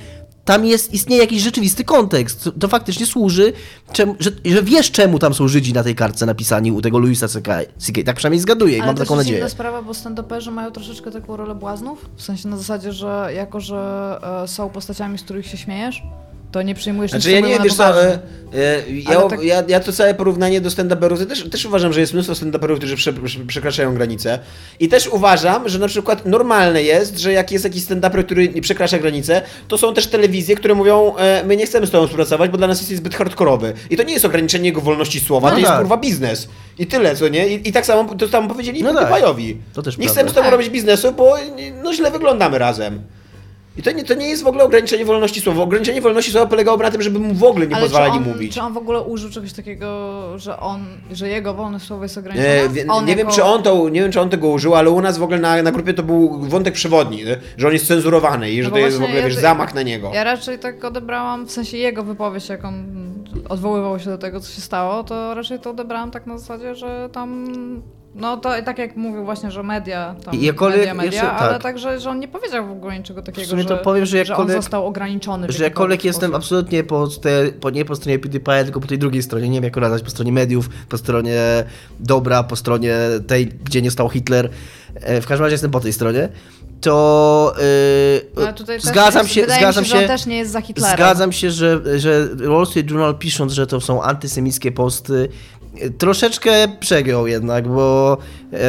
tam istnieje jakiś rzeczywisty kontekst. To faktycznie służy, że wiesz, czemu tam są Żydzi na tej kartce napisani u tego Louisa C.K. Tak przynajmniej zgaduję i mam taką nadzieję. Ale to jest inna sprawa, bo stand-uperzy mają troszeczkę taką rolę błaznów, w sensie na zasadzie, że jako, że są postaciami, z których się śmiejesz, to nie przyjmujesz nic ja nie wiesz co, tak... ja to całe porównanie do stand-uperów, też uważam, że jest mnóstwo stand-uperów, którzy przekraczają granice i też uważam, że na przykład normalne jest, że jak jest jakiś stand-uper, który nie przekracza granice, to są też telewizje, które mówią, my nie chcemy z tobą współpracować, bo dla nas jest zbyt hardkorowy. I to nie jest ograniczenie jego wolności słowa, to jest kurwa biznes. I tyle, co nie? I tak samo, to samo powiedzieli PewDiePie'owi. To też nie chcemy z tobą robić biznesu, bo źle wyglądamy razem. I to nie jest w ogóle ograniczenie wolności słowa. Ograniczenie wolności słowa polegałoby na tym, żeby mu w ogóle nie pozwalali mówić. Czy on w ogóle użył czegoś takiego, że jego wolność słowa jest ograniczona? Nie wiem, czy on tego użył, ale u nas w ogóle na grupie to był wątek przewodni, że on jest cenzurowany i że to jest w ogóle zamach na niego. Ja raczej tak odebrałam, w sensie jego wypowiedź, jak on odwoływał się do tego, co się stało, to raczej to odebrałam tak na zasadzie, że tam... No to tak jak mówił właśnie, że media, ale także, że on nie powiedział w ogóle niczego takiego, w sumie to powiem, że on został ograniczony. Że jakkolwiek jestem absolutnie nie po stronie PewDiePie'a, tylko po tej drugiej stronie, nie wiem jak nazwać, po stronie mediów, po stronie dobra, po stronie tej, gdzie nie stał Hitler. W każdym razie jestem po tej stronie. To zgadzam się, że on też nie jest za Hitlera. Zgadzam się, że Wall Street Journal, pisząc, że to są antysemickie posty, troszeczkę przegiął jednak, bo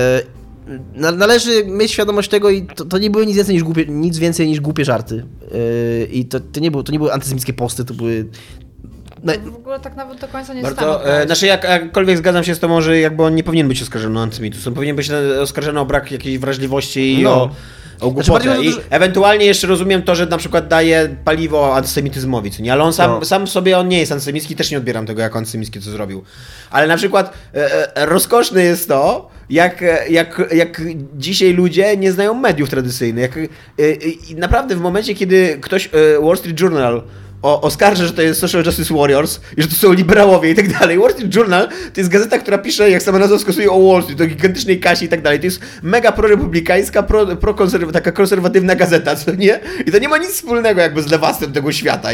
należy mieć świadomość tego i to nie były nic więcej niż głupie żarty. I to nie były antysemickie posty, to były... To w ogóle tak nawet do końca nie bardzo, znaczy jakkolwiek zgadzam się z tobą, że jakby on nie powinien być oskarżony o antysemityzm, on powinien być oskarżony o brak jakiejś wrażliwości i o głupotę. I ewentualnie jeszcze rozumiem to, że na przykład daje paliwo antysemityzmowi, co nie? Ale on sam sobie on nie jest antysemicki, też nie odbieram tego jako antysemicki, co zrobił. Ale na przykład rozkoszne jest to, jak dzisiaj ludzie nie znają mediów tradycyjnych. Naprawdę w momencie, kiedy ktoś Wall Street Journal oskarża, że to jest Social Justice Warriors i że to są liberałowie i tak dalej. Wall Street Journal to jest gazeta, która pisze, jak sama nazwa wskazuje, o Wall Street, o gigantycznej kasie i tak dalej. To jest mega prorepublikańska, taka konserwatywna gazeta, co nie? I to nie ma nic wspólnego jakby z lewactwem tego świata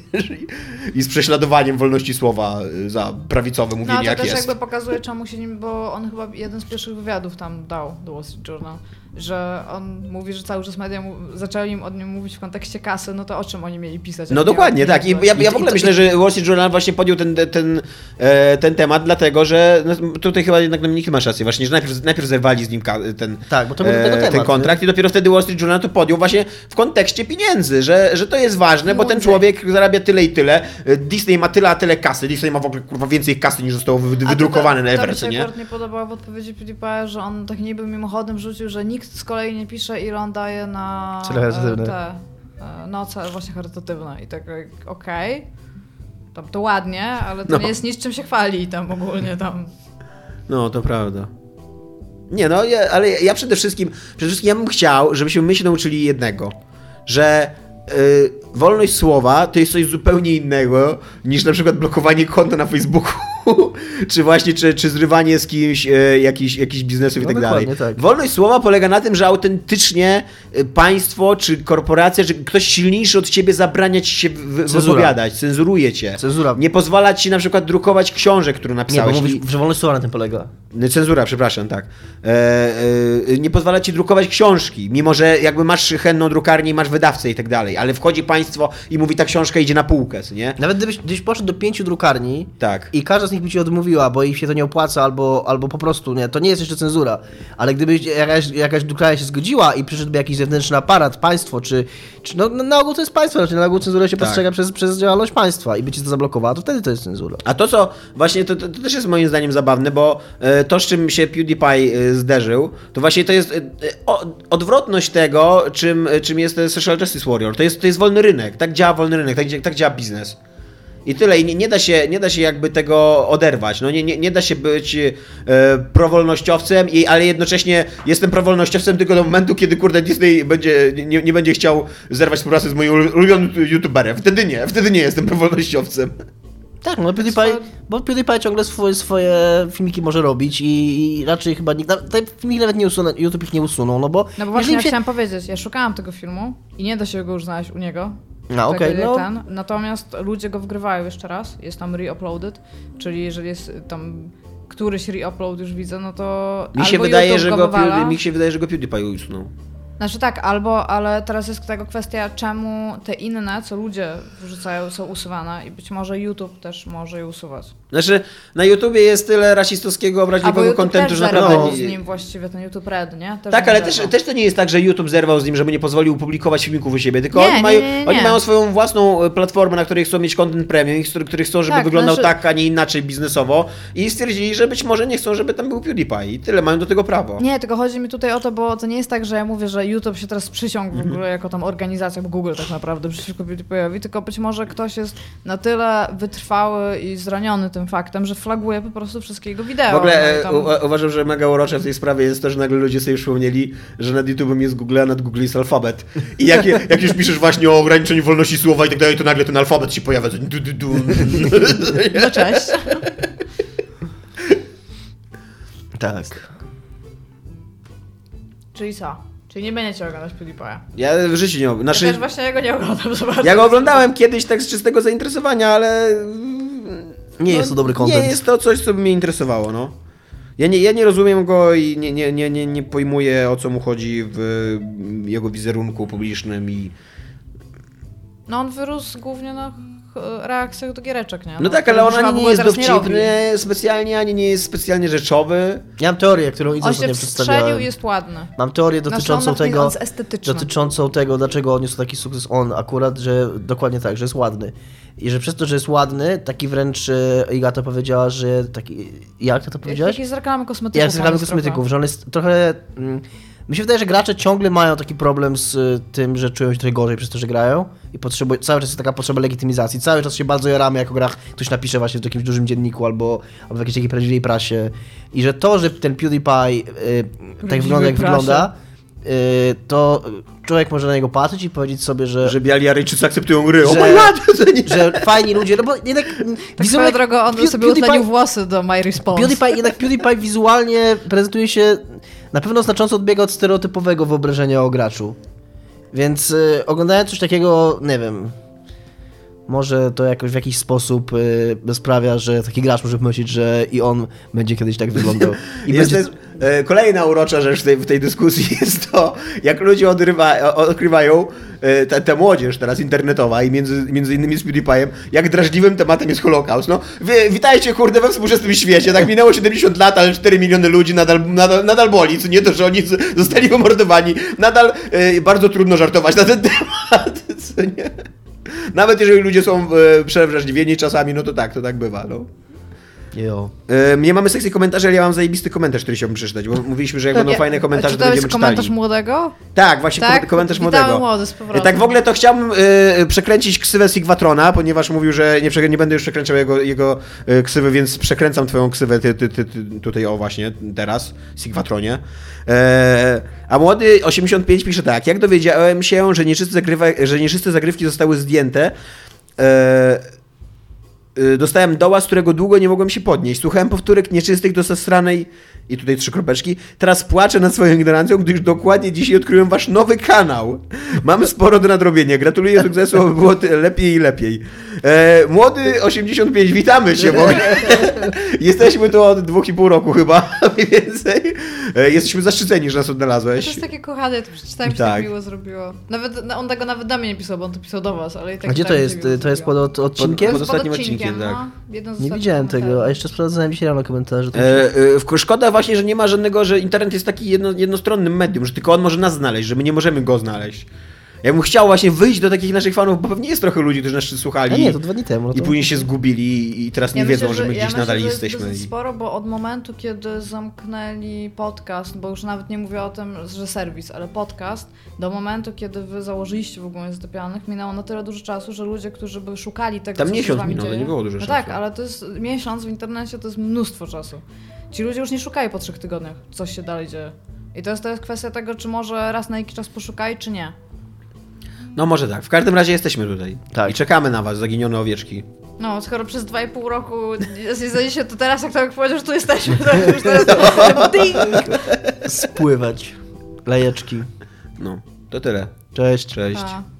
i z prześladowaniem wolności słowa za prawicowe mówienie, jak jest. To też jakby pokazuje, czemu się nim, bo on chyba jeden z pierwszych wywiadów tam dał do Wall Street Journal, że on mówi, że cały czas media zaczęli im od nim mówić w kontekście kasy, no to o czym oni mieli pisać? No dokładnie, tak. I ja w ogóle myślę, że Wall Street Journal właśnie podjął ten temat, dlatego, że tutaj chyba jednak Dominik masz rację, właśnie, że najpierw zerwali z nim ten kontrakt i dopiero wtedy Wall Street Journal to podjął właśnie w kontekście pieniędzy, że to jest ważne, bo ten człowiek zarabia tyle i tyle, Disney ma tyle a tyle kasy, Disney ma w ogóle kurwa więcej kasy niż zostało wydrukowane na Everest, nie? To mi się nie podobało w odpowiedzi PewDiePie, że on tak niby mimochodem rzucił, że nikt z kolei nie pisze, ile on daje na noce właśnie charytatywne i tak okej. To ładnie, ale to nie jest nic, czym się chwali tam ogólnie tam. No, to prawda. Nie no, ale ja przede wszystkim ja bym chciał, żebyśmy my się nauczyli jednego, że wolność słowa to jest coś zupełnie innego niż na przykład blokowanie konta na Facebooku, czy właśnie, czy zrywanie z kimś jakichś biznesów i tak dalej. Tak. Wolność słowa polega na tym, że autentycznie państwo, czy korporacja, czy ktoś silniejszy od ciebie zabrania ci się wypowiadać, cenzuruje cię. Cenzura. Nie pozwala ci na przykład drukować książek, które napisałeś. Nie, bo mówisz, że wolność słowa na tym polega. Cenzura, przepraszam, tak. Nie pozwala ci drukować książki, mimo że jakby masz chętną drukarnię i masz wydawcę i tak dalej, ale wchodzi państwo i mówi, ta książka idzie na półkę, nie? Nawet gdybyś poszedł do 5 drukarni i każda z nich by ci odmówiła, bo ich się to nie opłaca, albo po prostu nie, to nie jest jeszcze cenzura. Ale gdyby jakaś drukarnia się zgodziła i przyszedłby jakiś zewnętrzny aparat, państwo, czy na ogół to jest państwo, znaczy na ogół cenzura się postrzega przez działalność państwa i by ci to zablokowało, to wtedy to jest cenzura. A to co, właśnie to też jest moim zdaniem zabawne, bo to, z czym się PewDiePie zderzył, to właśnie to jest odwrotność tego, czym jest Social Justice Warrior. To jest wolny rynek, tak działa wolny rynek, tak działa biznes. I tyle. I nie da się jakby tego oderwać. No nie da się być prowolnościowcem, ale jednocześnie jestem prowolnościowcem tylko do momentu, kiedy kurde Disney nie będzie chciał zerwać współpracy z moim ulubionym youtuberem. Wtedy nie jestem prowolnościowcem. Tak, no PewDiePie ciągle swoje filmiki może robić i raczej chyba te filmiki nawet nie usuną, YouTube ich nie usunął, no bo... No bo właśnie chciałam powiedzieć, ja szukałam tego filmu i nie da się go już znaleźć u niego. Okej, no. Natomiast ludzie go wgrywają jeszcze raz, jest tam re-uploaded, czyli jeżeli jest tam któryś re-upload już widzę, no to Mi się albo wydaje, YouTube że go wywala. mi się wydaje, że go PewDiePie usunął. Znaczy tak, ale teraz jest tego kwestia, czemu te inne, co ludzie wrzucają, są usuwane i być może YouTube też może je usuwać. Znaczy, na YouTubie jest tyle rasistowskiego, obraźliwego kontentu, że naprawdę... z nim właściwie ten YouTube Red, nie? Tak, ale też to nie jest tak, że YouTube zerwał z nim, żeby nie pozwolił publikować filmików u siebie, tylko Nie. oni mają swoją własną platformę, na której chcą mieć content premium, który chcą, żeby wyglądał tak, a nie inaczej biznesowo i stwierdzili, że być może nie chcą, żeby tam był PewDiePie i tyle, mają do tego prawo. Nie, tylko chodzi mi tutaj o to, bo to nie jest tak, że ja mówię, że YouTube się teraz przysiągł w ogóle jako tam organizacja, bo Google tak naprawdę przeciwko PewDiePie'owi, tylko być może ktoś jest na tyle wytrwały i zraniony tym faktem, że flaguje po prostu wszystkie jego wideo. W ogóle no uważam, że mega urocze w tej sprawie jest to, że nagle ludzie sobie przypomnieli, że nad YouTube'em jest Google, a nad Google jest alfabet. I jak już piszesz właśnie o ograniczeniu wolności słowa i tak dalej, to nagle ten alfabet się pojawia. No cześć. Tak. Czyli co? Czyli nie będziecie oglądać PewDiePie'a. Ja w życiu nie oglądam. Ja też właśnie jego nie oglądam. Ja go oglądałem kiedyś tak z czystego zainteresowania, ale... Nie jest to dobry content. Nie jest to coś, co by mnie interesowało, no. Ja nie rozumiem go i nie pojmuję, o co mu chodzi w jego wizerunku publicznym i... No on wyrósł głównie na reakcjach do giereczek, nie? No tak, ale on ani nie jest teraz dowcipny specjalnie, ani nie jest specjalnie rzeczowy. Ja mam teorię, którą On się wstrzelił i jest ładny. Mam teorię dotyczącą tego, on jest estetyczny. dlaczego odniósł taki sukces on akurat, że dokładnie tak, że jest ładny. I że przez to, że jest ładny, taki wręcz Iga to powiedziała, że taki... Jak to powiedziałaś? Jak z reklamy kosmetyków. Jak z reklamy kosmetyków, że on jest trochę... Mi się wydaje, że gracze ciągle mają taki problem z tym, że czują się trochę gorzej przez to, że grają i cały czas jest taka potrzeba legitymizacji. Cały czas się bardzo jaramy, jak o grach ktoś napisze właśnie w jakimś dużym dzienniku albo w jakiejś takiej prawdziwej prasie. I że to, że ten PewDiePie tak wygląda, jak wygląda, to człowiek może na niego patrzeć i powiedzieć sobie, że Bialijary-czycy akceptują gry. Że fajni ludzie, no bo jednak... Tak swoją drogą, on sobie utlenił włosy do My Response. PewDiePie wizualnie prezentuje się na pewno znacząco odbiega od stereotypowego wyobrażenia o graczu. Więc oglądając coś takiego, nie wiem, może to jakoś w jakiś sposób sprawia, że taki gracz może pomyśleć, że i on będzie kiedyś tak wyglądał. Kolejna urocza rzecz w tej dyskusji jest to, jak ludzie odkrywają ta młodzież teraz internetowa i między innymi z PewDiePie'em, jak drażliwym tematem jest Holokaust. No, witajcie kurde we współczesnym świecie, tak minęło 70 lat, ale 4 miliony ludzi nadal boli, co nie to, że oni zostali pomordowani. Nadal bardzo trudno żartować na ten temat, co nie? Nawet jeżeli ludzie są przewrażliwieni czasami, no to tak bywa, no. Jo. Nie mamy sekcji komentarzy, ale ja mam zajebisty komentarz, który chciałbym przeczytać, bo mówiliśmy, że jak będą fajne komentarze, to będziemy czytali. Komentarz młodego? Tak, właśnie komentarz młodego. Witamy młody z powrotem. Tak w ogóle to chciałbym przekręcić ksywę Sigvatrona, ponieważ mówił, że nie będę już przekręcał jego ksywy, więc przekręcam twoją ksywę tutaj, o właśnie, teraz, Sigvatronie. A młody 85 pisze tak, jak dowiedziałem się, że nieczyste zagrywki zostały zdjęte, dostałem doła, z którego długo nie mogłem się podnieść. Słuchałem powtórek nieczystych do zasranej... I tutaj 3 kropeczki. Teraz płaczę nad swoją ignorancją, gdyż dokładnie dzisiaj odkryłem wasz nowy kanał. Mam sporo do nadrobienia. Gratuluję sukcesu, aby było lepiej i lepiej. Młody 85, witamy cię, bo jesteśmy tu od 2,5 roku chyba, mniej więcej. Jesteśmy zaszczyceni, że nas odnalazłeś. To jest takie kochane, to przeczytałem, że tak miło zrobiło. On tego nawet do mnie nie pisał, bo on to pisał do was, ale i tak. A gdzie to jest? To jest pod odcinkiem? Pod ostatnim odcinkiem, tak. Nie widziałem tego, a jeszcze sprawdzałem dzisiaj rano komentarze. Szkoda właśnie, że nie ma żadnego, że internet jest taki jednostronnym medium, że tylko on może nas znaleźć, że my nie możemy go znaleźć. Ja bym chciał właśnie wyjść do takich naszych fanów, bo pewnie jest trochę ludzi, którzy nas słuchali. A nie, to 2 dni temu. I później się zgubili i teraz nie wiedzą, że my gdzieś nadal jesteśmy. Jest sporo, bo od momentu, kiedy zamknęli podcast, bo już nawet nie mówię o tym, że serwis, ale podcast, do momentu, kiedy wy założyliście w ogóle Zatopialnych, minęło na tyle dużo czasu, że ludzie, którzy by szukali tego, tam co miesiąc się z wami minął, dzieje, nie było dużo czasu. Tak, ale to jest miesiąc w internecie, to jest mnóstwo czasu. Ci ludzie już nie szukają po 3 tygodniach, coś się dalej dzieje. I to jest kwestia tego, czy może raz na jakiś czas poszukali, czy nie. No może tak. W każdym razie jesteśmy tutaj. Tak. I czekamy na was, zaginione owieczki. No, skoro przez 2,5 roku zjeździliście, to teraz jak tak powiedział, że tu jesteśmy, to już teraz ding! Spływać. Lejeczki. No, to tyle. Cześć. Cześć. A.